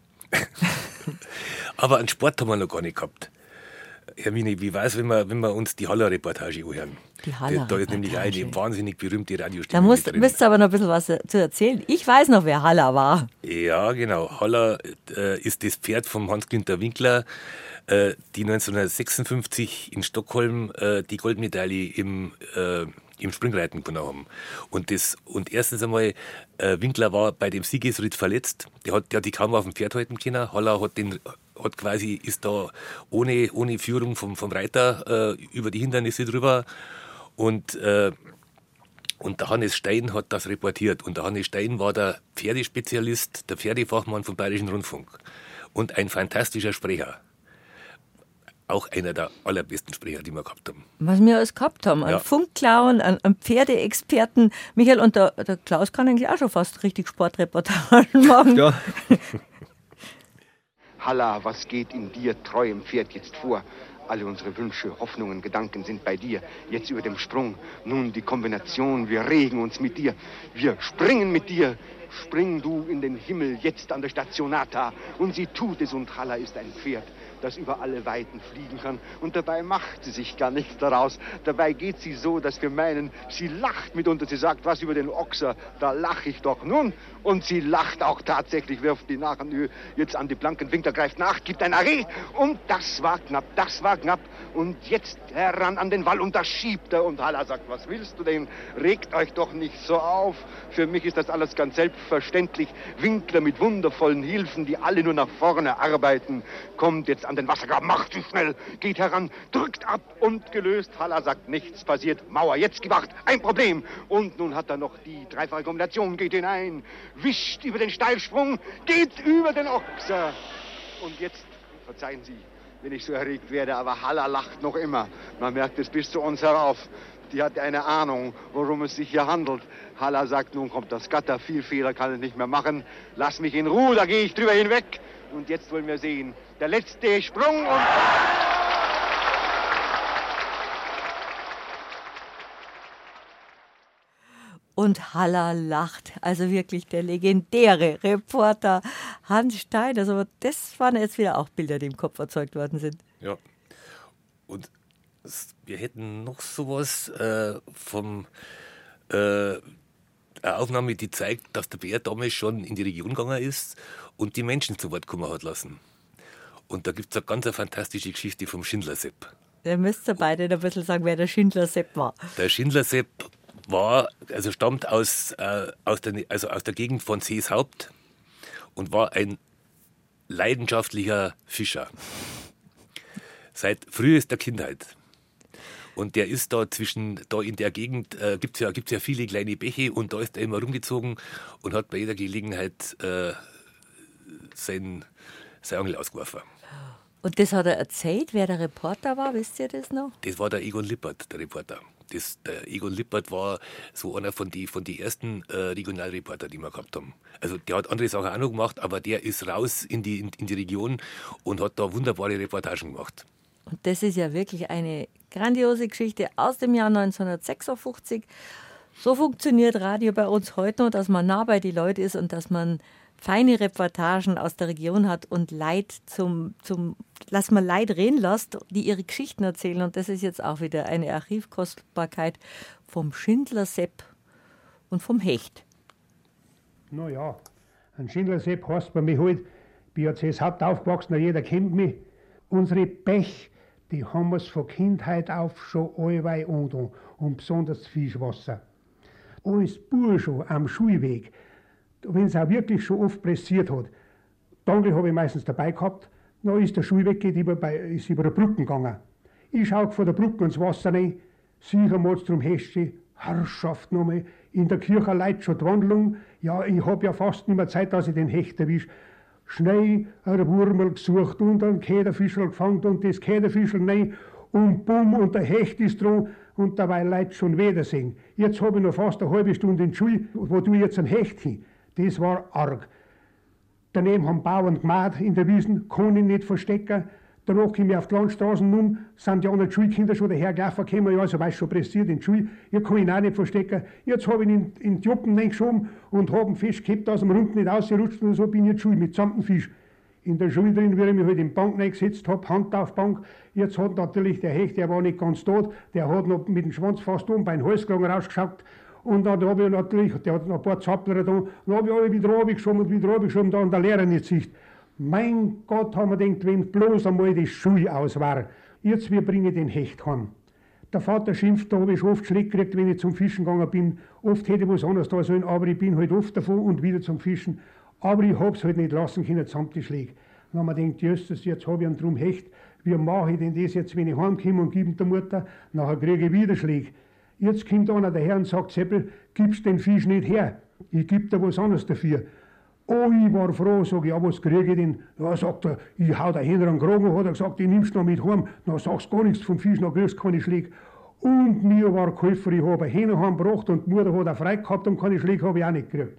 Aber einen Sport haben wir noch gar nicht gehabt. Hermine, wie war es, wenn wir, wenn wir uns die Haller-Reportage anhören? Die Haller-Reportage. Da ist nämlich eine wahnsinnig berühmte Radiostimme. Da musst, müsst ihr aber noch ein bisschen was zu erzählen. Ich weiß noch, wer Haller war. Ja, genau. Haller äh, ist das Pferd von Hans-Günther Winkler, äh, die neunzehnhundertsechsundfünfzig in Stockholm äh, die Goldmedaille im äh, im Springreiten gewonnen haben. Und, das, und erstens einmal, äh, Winkler war bei dem Siegesritt verletzt. Der hat, der hat die kaum auf dem Pferd halten können. Haller hat, den, hat quasi, ist da ohne, ohne Führung vom, vom Reiter äh, über die Hindernisse drüber. Und, äh, und der Hannes Stein hat das reportiert. Und der Hannes Stein war der Pferdespezialist, der Pferdefachmann vom Bayerischen Rundfunk. Und ein fantastischer Sprecher. Auch einer der allerbesten Sprecher, die wir gehabt haben. Was wir alles gehabt haben. Ein ja. Funkclown, ein, ein Pferdeexperten. Michael, und der, der Klaus kann eigentlich auch schon fast richtig Sportreportagen machen. Ja. Halla, was geht in dir, treuem Pferd, jetzt vor? Alle unsere Wünsche, Hoffnungen, Gedanken sind bei dir. Jetzt über dem Sprung. Nun die Kombination, wir regen uns mit dir. Wir springen mit dir. Spring du in den Himmel, jetzt an der Stationata. Und sie tut es, und Halla ist ein Pferd, das über alle Weiten fliegen kann. Und dabei macht sie sich gar nichts daraus. Dabei geht sie so, dass wir meinen, sie lacht mitunter. Sie sagt was über den Ochser, da lach ich doch nun. Und sie lacht auch tatsächlich, wirft die Narren jetzt an die blanken Winkler, greift nach, gibt ein Arree. Und das war knapp, das war knapp. Und jetzt heran an den Wall und da schiebt er. Und Halla sagt, was willst du denn? Regt euch doch nicht so auf. Für mich ist das alles ganz selbstverständlich. Winkler mit wundervollen Hilfen, die alle nur nach vorne arbeiten, kommt jetzt an den Wassergraben, macht sie schnell, geht heran, drückt ab und gelöst. Halla sagt, nichts passiert. Mauer, jetzt gewacht, ein Problem. Und nun hat er noch die dreifache Kombination, geht hinein, wischt über den Steilsprung, geht über den Ochser. Und jetzt, verzeihen Sie, wenn ich so erregt werde, aber Halla lacht noch immer. Man merkt es bis zu uns herauf. Die hat eine Ahnung, worum es sich hier handelt. Halla sagt, nun kommt das Gatter, viel Fehler kann ich nicht mehr machen. Lass mich in Ruhe, da gehe ich drüber hinweg. Und jetzt wollen wir sehen, der letzte Sprung und... Und Halla lacht, also wirklich der legendäre Reporter Hans Stein. Also das waren jetzt wieder auch Bilder, die im Kopf erzeugt worden sind. Ja, und wir hätten noch sowas äh, vom... Äh, eine Aufnahme, die zeigt, dass der Bär damals schon in die Region gegangen ist und die Menschen zu Wort kommen hat lassen. Und da gibt es eine ganz eine fantastische Geschichte vom Schindler-Sepp. Da müsst ihr beide ein bisschen sagen, wer der Schindler-Sepp war. Der Schindler-Sepp war, also stammt aus, äh, aus, der, also aus der Gegend von Seeshaupt und war ein leidenschaftlicher Fischer. Seit frühester Kindheit. Und der ist da zwischen, da in der Gegend äh, gibt es ja, gibt's ja viele kleine Bäche und da ist er immer rumgezogen und hat bei jeder Gelegenheit äh, sein, sein Angel ausgeworfen. Und das hat er erzählt, wer der Reporter war, wisst ihr das noch? Das war der Egon Lippert, der Reporter. Das, der Egon Lippert war so einer von den von die ersten äh, Regionalreporter, die wir gehabt haben. Also der hat andere Sachen auch noch gemacht, aber der ist raus in die, in, in die Region und hat da wunderbare Reportagen gemacht. Und das ist ja wirklich eine grandiose Geschichte aus dem Jahr neunzehnhundertsechsundfünfzig. So funktioniert Radio bei uns heute noch, dass man nah bei den Leuten ist und dass man feine Reportagen aus der Region hat und Leid zum, zum lass mal Leid reden lässt, die ihre Geschichten erzählen. Und das ist jetzt auch wieder eine Archivkostbarkeit vom Schindler-Sepp und vom Hecht. Naja, ein Schindler-Sepp heißt bei mir halt, B A Cs Haupt aufgewachsen, jeder kennt mich. Unsere Bech, die haben wir von Kindheit auf schon allweil an und besonders Fischwasser. Als Bursche am Schulweg, wenn es auch wirklich schon oft pressiert hat, Dangel habe ich meistens dabei gehabt, dann ist der Schulweg geht über, bei, ist über der Brücke gegangen. Ich schaue von der Brücke ins Wasser rein, sicher mal zum Hesche, Herrschaft nochmal, in der Kirche leidet schon die Wandlung, ja, ich habe ja fast nicht mehr Zeit, dass ich den Hecht erwische. Schnell ein Wurmel gesucht und einen Käderfischl gefangen und das Käderfischl rein und bumm und der Hecht ist dran und dabei leidet schon Wiedersehen. Jetzt habe ich noch fast eine halbe Stunde in die Schule, wo du jetzt ein Hecht hin. Das war arg. Daneben haben Bauern gemacht in der Wiesen, kann ich nicht verstecken. Danach komme ich auf die Landstraßen um, sind die anderen Schulkinder schon dahergelaufen, kommen ja, so weiß schon pressiert in die Schule. Hier kann ich ihn auch nicht verstecken. Jetzt habe ich ihn in, in die Juppen reingeschoben und habe einen Fisch gehabt, aus dem Rund nicht rausgerutscht und so bin ich in die Schule mit samt dem Fisch. In der Schule drin, wie ich mich halt in die Bank reingesetzt habe, Hand auf Bank. Jetzt hat natürlich der Hecht, der war nicht ganz tot, der hat noch mit dem Schwanz fast um bei den Halskragen rausgeschaut. Und dann habe ich natürlich, der hat noch ein paar Zappler da, dann habe ich alle wieder runtergeschoben und wieder runtergeschoben, da an der Lehrer nicht sicht. Mein Gott, haben wir gedacht, wenn bloß einmal die Schule aus war. Jetzt, wir bringen den Hecht heim. Der Vater schimpft, da habe ich schon oft Schläge gekriegt, wenn ich zum Fischen gegangen bin. Oft hätte ich was anderes da sollen, aber ich bin halt oft davon und wieder zum Fischen. Aber ich habe es halt nicht lassen können, samt die Schläge. Dann haben wir gedacht, Justus, jetzt habe ich einen drum Hecht. Wie mache ich denn das jetzt, wenn ich heimkomme und gebe der Mutter? Nachher kriege ich wieder Schläge. Jetzt kommt einer daher und sagt, Seppel, gibst den Fisch nicht her. Ich gebe dir was anderes dafür. Oh, ich war froh, sage ich, ja, was kriege ich denn? Ja, sagt er, ich hau der Händler an den Kragen, hat er gesagt, ich nimm's noch mit heim. Dann sagst du gar nichts vom Fisch, dann kriegst du keine Schläge. Und mir war geholfen, ich habe einen Hähner heimgebracht und die Mutter hat auch frei gehabt und keine Schläge habe ich auch nicht gekriegt.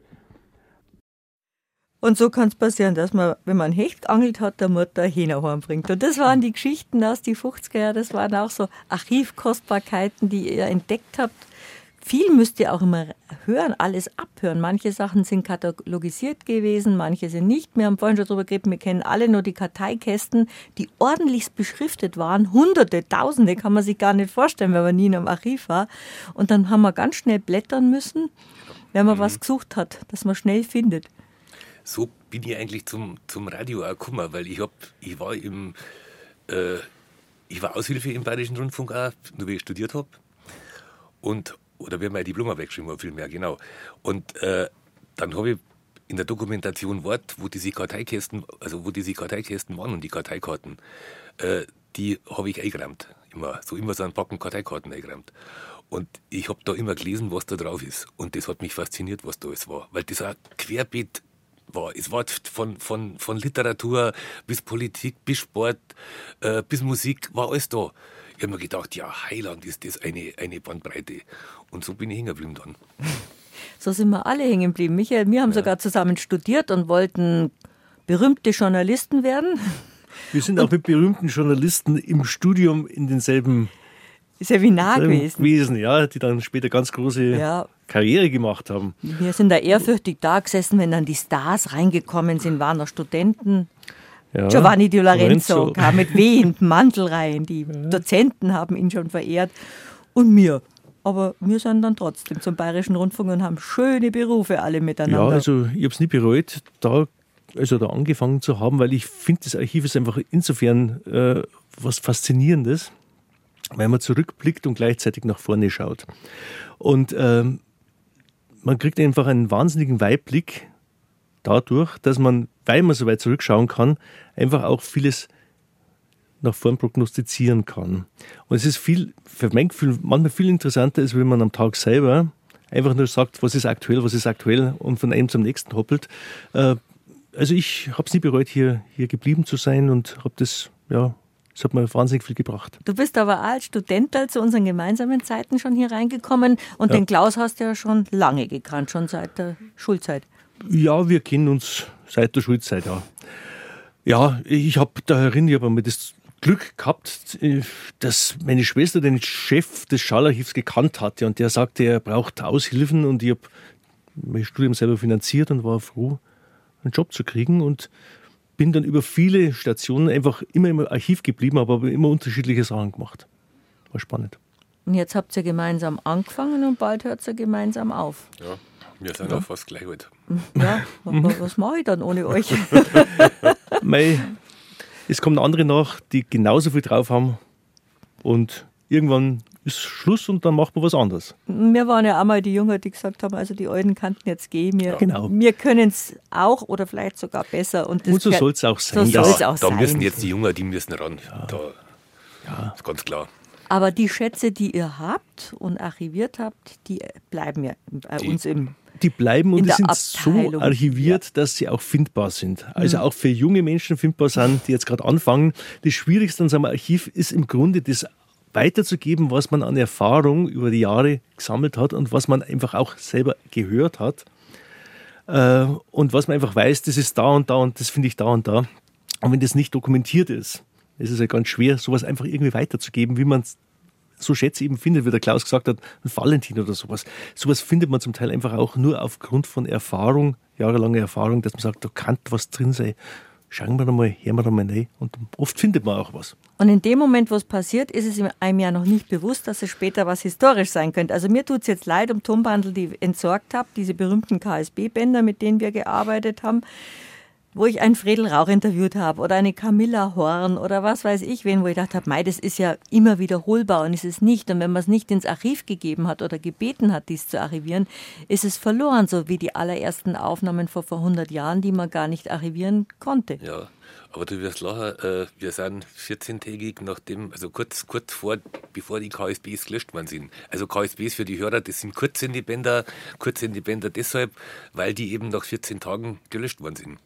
Und so kann es passieren, dass man, wenn man Hecht geangelt hat, der Mutter Hähner heimbringt. Und das waren die Geschichten aus den fünfziger Jahren, das waren auch so Archivkostbarkeiten, die ihr entdeckt habt. Viel müsst ihr auch immer hören, alles abhören. Manche Sachen sind katalogisiert gewesen, manche sind nicht. Wir haben vorhin schon drüber geredet, wir kennen alle nur die Karteikästen, die ordentlichst beschriftet waren. Hunderte, Tausende kann man sich gar nicht vorstellen, wenn man nie in einem Archiv war. Und dann haben wir ganz schnell blättern müssen, wenn man mhm. was gesucht hat, dass man schnell findet. So bin ich eigentlich zum, zum Radio auch gekommen, weil ich, hab, ich war im, äh, ich war Aushilfe im Bayerischen Rundfunk auch, nur wie ich studiert habe. Und, oder wenn mein Diplom weggeschrieben habe, vielmehr, genau. Und äh, dann habe ich in der Dokumentation Wort, wo diese Karteikästen, also wo diese Karteikästen waren und die Karteikarten, äh, die habe ich eingerammt. Immer, so immer so ein Packen Karteikarten eingerammt. Und ich habe da immer gelesen, was da drauf ist. Und das hat mich fasziniert, was da alles war. Weil das auch querbeet war. Es war von, von, von Literatur bis Politik, bis Sport, äh, bis Musik, war alles da. Ich habe mir gedacht, ja, Heiland ist das eine, eine Bandbreite. Und so bin ich hängen geblieben dann. So sind wir alle hängen geblieben. Michael, wir haben ja. sogar zusammen studiert und wollten berühmte Journalisten werden. Wir sind auch mit berühmten Journalisten im Studium in denselben Seminar gewesen. gewesen. Ja, die dann später ganz große ja. Karriere gemacht haben. Wir sind da ehrfürchtig da gesessen, wenn dann die Stars reingekommen sind, waren noch Studenten. Ja. Giovanni Di Lorenzo, Lorenzo kam mit wehendem Mantel rein. Die ja. Dozenten haben ihn schon verehrt. Und wir. Aber wir sind dann trotzdem zum Bayerischen Rundfunk und haben schöne Berufe alle miteinander. Ja, also ich habe es nie bereut, da, also da angefangen zu haben, weil ich finde, das Archiv ist einfach insofern äh, was Faszinierendes, weil man zurückblickt und gleichzeitig nach vorne schaut. Und ähm, man kriegt einfach einen wahnsinnigen Weitblick dadurch, dass man, weil man so weit zurückschauen kann, einfach auch vieles nach vorn prognostizieren kann. Und es ist viel, für mein Gefühl, manchmal viel interessanter, als wenn man am Tag selber einfach nur sagt, was ist aktuell, was ist aktuell und von einem zum nächsten hoppelt. Äh, also ich habe es nie bereut, hier, hier geblieben zu sein und habe das, ja, das hat mir wahnsinnig viel gebracht. Du bist aber als Student zu unseren gemeinsamen Zeiten schon hier reingekommen und ja. Den Klaus hast du ja schon lange gekannt, schon seit der Schulzeit. Ja, wir kennen uns seit der Schulzeit, ja. Ja, ich habe darin, ich habe mir das Glück gehabt, dass meine Schwester den Chef des Schallarchivs gekannt hatte und der sagte, er braucht Aushilfen und ich habe mein Studium selber finanziert und war froh, einen Job zu kriegen und bin dann über viele Stationen einfach immer im Archiv geblieben, aber habe immer unterschiedliche Sachen gemacht. War spannend. Und jetzt habt ihr gemeinsam angefangen und bald hört ihr gemeinsam auf. Ja, wir sind ja auch fast gleich alt. Ja, was, was mache ich dann ohne euch? Mei, es kommen andere nach, die genauso viel drauf haben und irgendwann ist Schluss und dann macht man was anderes. Wir waren ja auch mal die Jungen, die gesagt haben, also die Alten kannten jetzt gehen. Wir, ja, genau. wir können es auch oder vielleicht sogar besser. Und, das und so soll es auch sein. So ja, soll's auch da sein. müssen jetzt die Jungen, die müssen ran. Ja. Da ja. ist ganz klar. Aber die Schätze, die ihr habt und archiviert habt, die bleiben ja bei die, uns im Die bleiben und die sind Abteilung. so archiviert, ja. dass sie auch findbar sind. Also mhm. auch für junge Menschen findbar sind, die jetzt gerade anfangen. Das Schwierigste an so einem Archiv ist im Grunde das weiterzugeben, was man an Erfahrung über die Jahre gesammelt hat und was man einfach auch selber gehört hat. Äh, und was man einfach weiß, das ist da und da und das finde ich da und da. Und wenn das nicht dokumentiert ist, ist es ja ganz schwer, sowas einfach irgendwie weiterzugeben, wie man es so Schätze eben findet, wie der Klaus gesagt hat, ein Valentin oder sowas. Sowas findet man zum Teil einfach auch nur aufgrund von Erfahrung, jahrelanger Erfahrung, dass man sagt, da kann was drin sein. Schauen wir da mal, hören wir da mal rein. Und oft findet man auch was. Und in dem Moment, wo es passiert, ist es einem ja noch nicht bewusst, dass es später was historisch sein könnte. Also mir tut es jetzt leid um Tonbandel, die ich entsorgt habe, diese berühmten K S B-Bänder, mit denen wir gearbeitet haben, wo ich einen Fredel Rauch interviewt habe oder eine Camilla Horn oder was weiß ich wen, wo ich gedacht habe, mei, das ist ja immer wiederholbar und ist es nicht. Und wenn man es nicht ins Archiv gegeben hat oder gebeten hat, dies zu archivieren, ist es verloren, so wie die allerersten Aufnahmen vor, vor hundert Jahren, die man gar nicht archivieren konnte. Ja, aber du wirst lachen, äh, wir sind vierzehntägig nachdem, also kurz, kurz vor, bevor die K S Bs gelöscht worden sind. Also K S Bs für die Hörer, das sind kurze Bänder, kurze Bänder deshalb, weil die eben nach vierzehn Tagen gelöscht worden sind.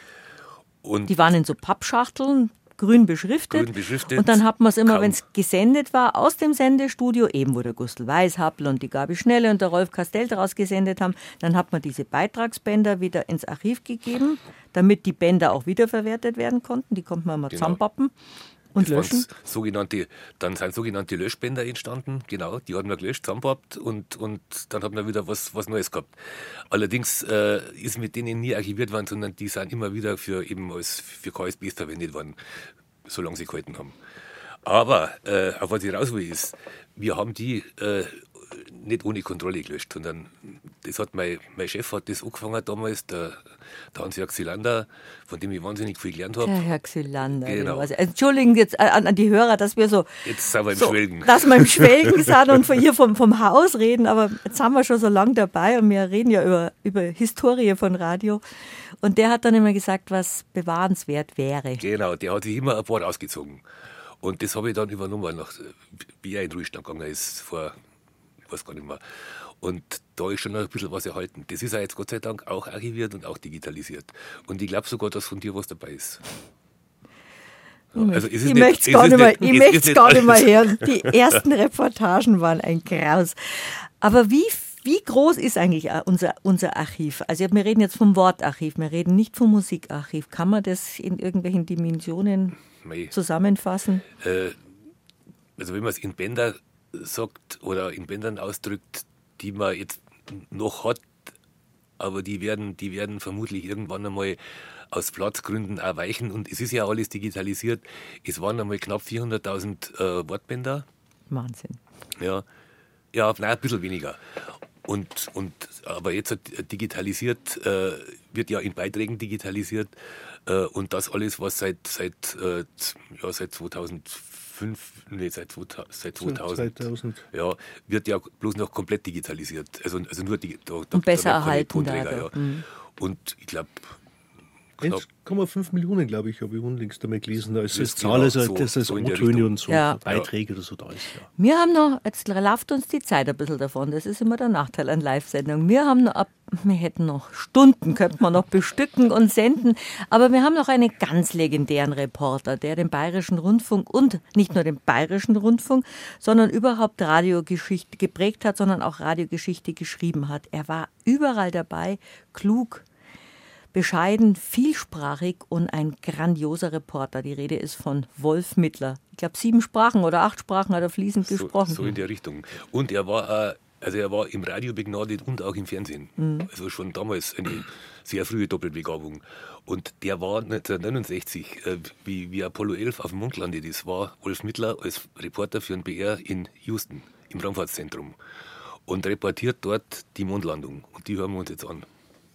Und die waren in so Pappschachteln, grün beschriftet. Grün beschriftet. Und dann hat man es immer, wenn es gesendet war, aus dem Sendestudio, eben wo der Gustl Weishappel und die Gabi Schnelle und der Rolf Castell daraus gesendet haben, dann hat man diese Beitragsbänder wieder ins Archiv gegeben, damit die Bänder auch wiederverwertet werden konnten. Die konnte man mal genau. zusammenpappen. Und löschen? Sogenannte, dann sind sogenannte Löschbänder entstanden, genau, die hat man gelöscht, zusammengehabt und, und dann hat man wieder was, was Neues gehabt. Allerdings äh, ist mit denen nie archiviert worden, sondern die sind immer wieder für, eben als, für K S Bs verwendet worden, solange sie gehalten haben. Aber äh, auf was ich raus will ist, wir haben die äh, nicht ohne Kontrolle gelöscht, sondern das hat mein, mein Chef hat das angefangen damals, der, der Hans-Jörg Xylander, von dem ich wahnsinnig viel gelernt habe. Der Herr Xylander. Genau. Entschuldigen jetzt an, an die Hörer, dass wir so, jetzt sind wir im so Schwelgen. dass wir im Schwelgen sind und von hier vom, vom Haus reden, aber jetzt sind wir schon so lange dabei und wir reden ja über, über Historie von Radio. Und der hat dann immer gesagt, was bewahrenswert wäre. Genau, der hat sich immer ein Wort ausgezogen. Und das habe ich dann übernommen, nach, wie er in den Ruhestand gegangen ist, vor, ich weiß gar nicht mehr. Und da ist schon noch ein bisschen was erhalten. Das ist ja jetzt Gott sei Dank auch archiviert und auch digitalisiert. Und ich glaube sogar, dass von dir was dabei ist. Ja, also ist es ich möchte es gar nicht mehr, ich möchte es gar nicht mehr hören. Die ersten Reportagen waren ein Graus. Aber wie, wie groß ist eigentlich unser, unser Archiv? Also wir reden jetzt vom Wortarchiv, wir reden nicht vom Musikarchiv. Kann man das in irgendwelchen Dimensionen Mei. zusammenfassen? Äh, also wenn man es in Bänder sagt oder in Bändern ausdrückt, die man jetzt noch hat, aber die werden, die werden vermutlich irgendwann einmal aus Platzgründen auch weichen. Und es ist ja alles digitalisiert. Es waren einmal knapp vierhunderttausend äh, Wortbänder. Wahnsinn. Ja, ja, nein, ein bisschen weniger. Und, und, aber jetzt digitalisiert, äh, wird ja in Beiträgen digitalisiert. Äh, und das alles, was seit, seit, äh, ja, seit zweitausendfünf, nee, seit, seit zweitausend, zweitausend, ja, wird ja bloß noch komplett digitalisiert. Also, also nur die, da, und besser da erhalten. Tonträger, ja. mhm. Und ich glaube, eins Komma fünf Millionen, glaube ich, habe ich unlängst einmal gelesen. Da ist Das das Zahl, also, so- dass es so in der O-Töne Richtung. und so Ja. Beiträge oder so da ist. Ja. Wir haben noch, jetzt läuft uns die Zeit ein bisschen davon, das ist immer der Nachteil an Live-Sendungen. Wir haben noch, ab, wir hätten noch Stunden, könnten wir noch bestücken und senden, aber wir haben noch einen ganz legendären Reporter, der den Bayerischen Rundfunk und nicht nur den Bayerischen Rundfunk, sondern überhaupt Radiogeschichte geprägt hat, sondern auch Radiogeschichte geschrieben hat. Er war überall dabei, klug, bescheiden, vielsprachig und ein grandioser Reporter. Die Rede ist von Wolf Mittler. Ich glaube, sieben Sprachen oder acht Sprachen hat er fließend So, gesprochen. so in der Richtung. Und er war, äh, also er war im Radio begnadet und auch im Fernsehen. Mhm. Also schon damals eine sehr frühe Doppelbegabung. Und der war neunzehnhundertneunundsechzig, äh, wie, wie Apollo elf auf dem Mond gelandet ist, war Wolf Mittler als Reporter für den B R in Houston, im Raumfahrtszentrum. Und reportiert dort die Mondlandung. Und die hören wir uns jetzt an.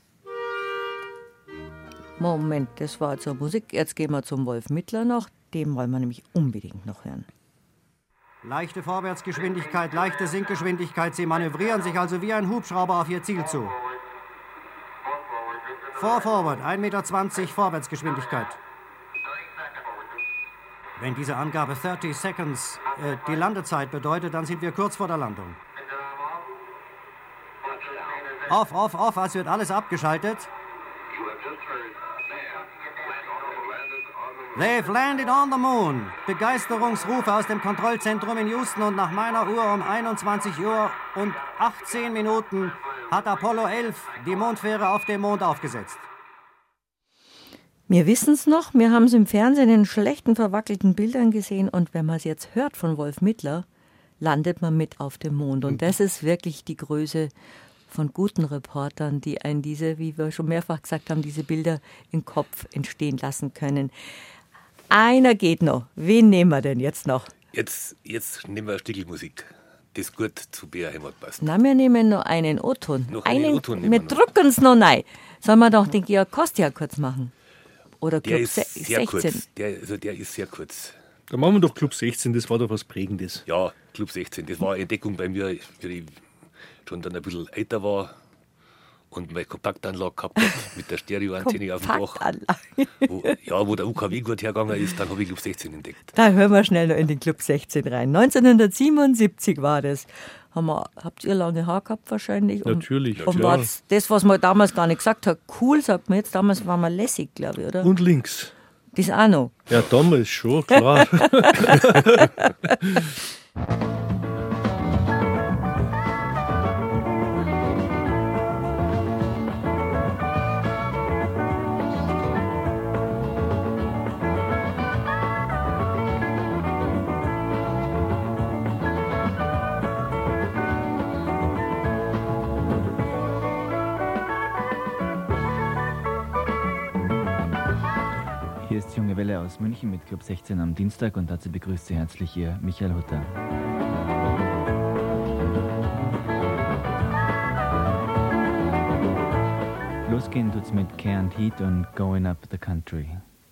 Moment, das war zur Musik. Jetzt gehen wir zum Wolf Mittler noch. Den wollen wir nämlich unbedingt noch hören. Leichte Vorwärtsgeschwindigkeit, leichte Sinkgeschwindigkeit. Sie manövrieren sich also wie ein Hubschrauber auf Ihr Ziel zu. Four forward, ein Meter zwanzig Vorwärtsgeschwindigkeit. Wenn diese Angabe dreißig Seconds äh, die Landezeit bedeutet, dann sind wir kurz vor der Landung. Off, off, off, es wird alles abgeschaltet. They've landed on the moon. Begeisterungsrufe aus dem Kontrollzentrum in Houston und nach meiner Uhr um einundzwanzig Uhr und achtzehn Minuten hat Apollo elf die Mondfähre auf dem Mond aufgesetzt. Wir wissen es noch, wir haben es im Fernsehen in schlechten, verwackelten Bildern gesehen und wenn man es jetzt hört von Wolf Mittler, landet man mit auf dem Mond. Und das ist wirklich die Größe von guten Reportern, die einen diese, wie wir schon mehrfach gesagt haben, diese Bilder im Kopf entstehen lassen können. Einer geht noch. Wen nehmen wir denn jetzt noch? Jetzt, jetzt nehmen wir ein Stückchen Musik, das gut zu B R Heimat passt. Na, wir nehmen noch einen O-Ton. Noch einen einen, O-Ton nehmen wir wir noch. drücken es noch rein. Sollen wir doch den Georg Kostia kurz machen? Oder Der Club ist se- sehr sechzehn. kurz. Der, also der ist sehr kurz. Da machen wir doch Club sechzehn, das war doch was Prägendes. Ja, Club sechzehn. Das war eine Entdeckung bei mir, wie ich schon dann ein bisschen älter war und meine Kompaktanlage gehabt habe mit der Stereoantenne auf dem Dach. Wo, ja, wo der U K W gut hergegangen ist, dann habe ich Club sechzehn entdeckt. Da hören wir schnell noch in den Club sechzehn rein. neunzehnhundertsiebenundsiebzig war das. Haben wir, habt ihr lange Haar gehabt wahrscheinlich? Und, Natürlich, Und klar. war das, was man damals gar nicht gesagt hat, cool, sagt man jetzt. Damals war man lässig, glaube ich, oder? Und links. Das auch noch. Ja, damals schon, klar. Hier ist die Junge Welle aus München mit Club sechzehn am Dienstag und dazu begrüßt Sie herzlich Ihr Michael Hutter. Losgehen tut's mit Care and Heat und Going Up the Country.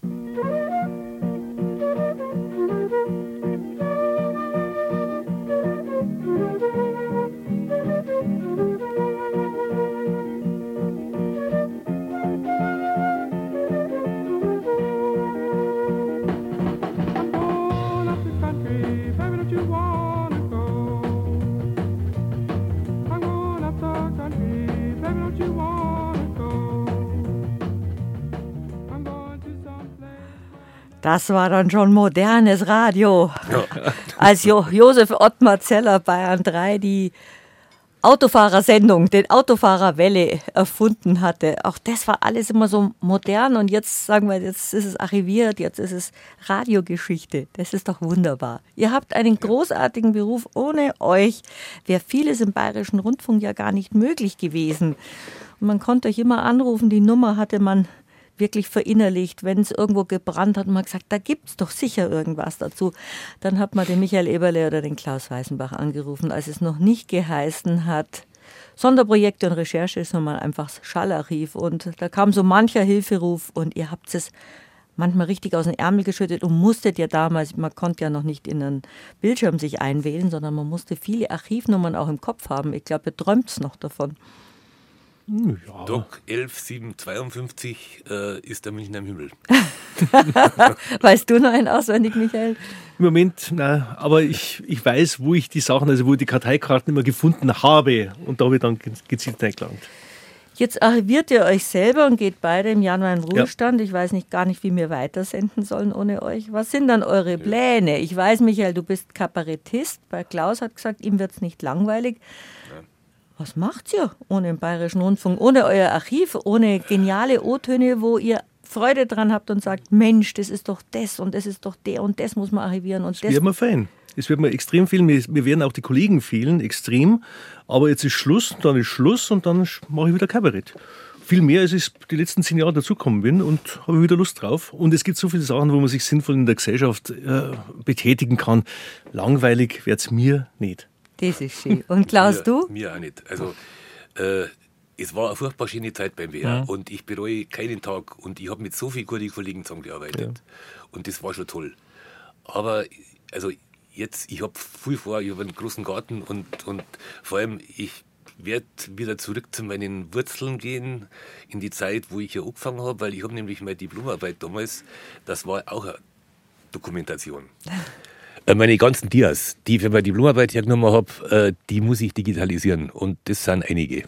Das war dann schon modernes Radio. Als jo Josef Ottmar Zeller Bayern drei die Autofahrersendung, den Autofahrerwelle erfunden hatte. Auch das war alles immer so modern und jetzt sagen wir, jetzt ist es archiviert, jetzt ist es Radiogeschichte. Das ist doch wunderbar. Ihr habt einen großartigen Beruf. Ohne euch wäre vieles im Bayerischen Rundfunk ja gar nicht möglich gewesen. Und man konnte euch immer anrufen, die Nummer hatte man wirklich verinnerlicht. Wenn es irgendwo gebrannt hat, hat man gesagt, da gibt es doch sicher irgendwas dazu. Dann hat man den Michael Eberle oder den Klaus Weißenbach angerufen, als es noch nicht geheißen hat, Sonderprojekte und Recherche, sondern einfach das Schallarchiv. Und da kam so mancher Hilferuf und ihr habt es manchmal richtig aus dem Ärmel geschüttet und musstet ja damals, man konnte ja noch nicht in einen Bildschirm sich einwählen, sondern man musste viele Archivnummern auch im Kopf haben. Ich glaube, ihr träumt noch davon. Ja. Tag elf sieben zweiundfünfzig äh, ist der Münchner im Himmel. Weißt du noch einen auswendig, Michael? Im Moment, nein, aber ich, ich weiß, wo ich die Sachen, also wo ich die Karteikarten immer gefunden habe. Und da habe ich dann gezielt eingelangt. Jetzt archiviert ihr euch selber und geht beide im Januar in Ruhestand. Ja. Ich weiß nicht gar nicht, wie wir weitersenden sollen ohne euch. Was sind dann eure ja. Pläne? Ich weiß, Michael, du bist Kabarettist. Bei Klaus hat gesagt, ihm wird es nicht langweilig. Ja. Was macht ihr ohne den Bayerischen Rundfunk, ohne euer Archiv, ohne geniale O-Töne, wo ihr Freude dran habt und sagt, Mensch, das ist doch das und das ist doch der und das muss man archivieren. Und das, das wird mir fein. Es wird mir extrem fehlen. Wir werden auch die Kollegen fehlen, extrem. Aber jetzt ist Schluss, dann ist Schluss und dann mache ich wieder Kabarett. Viel mehr, als ich die letzten zehn Jahre dazugekommen bin und habe wieder Lust drauf. Und es gibt so viele Sachen, wo man sich sinnvoll in der Gesellschaft äh, betätigen kann. Langweilig wird es mir nicht. Das ist schön. Und Klaus, mir, du? Mir auch nicht. Also, äh, es war eine furchtbar schöne Zeit beim W R. Ja. Und ich bereue keinen Tag. Und ich habe mit so vielen guten Kollegen zusammengearbeitet. Ja. Und das war schon toll. Aber, also, jetzt, ich habe viel vor, ich habe einen großen Garten und, und vor allem, ich werde wieder zurück zu meinen Wurzeln gehen, in die Zeit, wo ich ja angefangen habe, weil ich habe nämlich meine Diplomarbeit damals, das war auch eine Dokumentation. Meine ganzen Dias, die ich für meine Diplomarbeit hergenommen habe, die muss ich digitalisieren und das sind einige.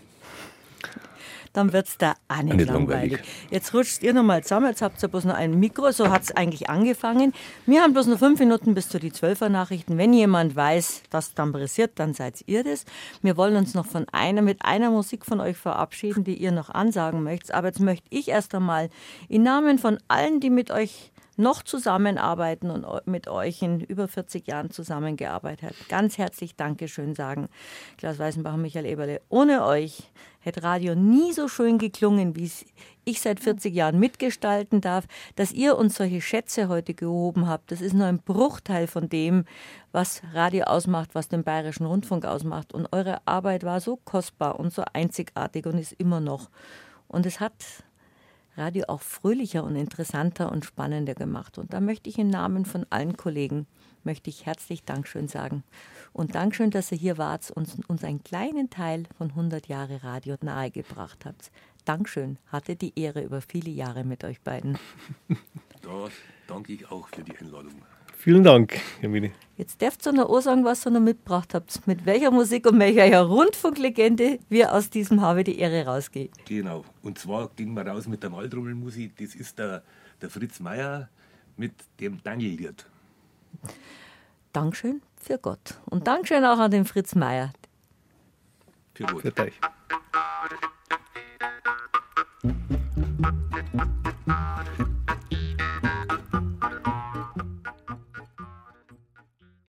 Dann wird es da auch nicht, nicht langweilig. langweilig. Jetzt rutscht ihr nochmal zusammen, jetzt habt ihr bloß noch ein Mikro, so hat es eigentlich angefangen. Wir haben bloß noch fünf Minuten bis zu die Zwölfer-Nachrichten. Wenn jemand weiß, dass dann passiert, dann seid ihr das. Wir wollen uns noch von einer, mit einer Musik von euch verabschieden, die ihr noch ansagen möchtet. Aber jetzt möchte ich erst einmal im Namen von allen, die mit euch noch zusammenarbeiten und mit euch in über vierzig Jahren zusammengearbeitet hat. Ganz herzlich Dankeschön sagen, Klaus Weißenbach und Michael Eberle. Ohne euch hätte Radio nie so schön geklungen, wie es ich seit vierzig Jahren mitgestalten darf. Dass ihr uns solche Schätze heute gehoben habt, das ist nur ein Bruchteil von dem, was Radio ausmacht, was den Bayerischen Rundfunk ausmacht. Und eure Arbeit war so kostbar und so einzigartig und ist immer noch. Und es hat Radio auch fröhlicher und interessanter und spannender gemacht. Und da möchte ich im Namen von allen Kollegen, möchte ich herzlich Dankeschön sagen. Und Dankeschön, dass ihr hier wart und uns einen kleinen Teil von hundert Jahre Radio nahegebracht habt. Dankeschön, hatte die Ehre über viele Jahre mit euch beiden. Da danke ich auch für die Einladung. Vielen Dank, Hermine. Jetzt dürft ihr noch sagen, was ihr noch mitgebracht habt. Mit welcher Musik und welcher Rundfunklegende wir aus diesem Habe die Ehre rausgehen. Genau. Und zwar gehen wir raus mit der Waldrummelmusik. Das ist der, der Fritz Meier mit dem Dangellied. Dankeschön für Gott. Und Dankeschön auch an den Fritz Meier. Für Gott. Für euch.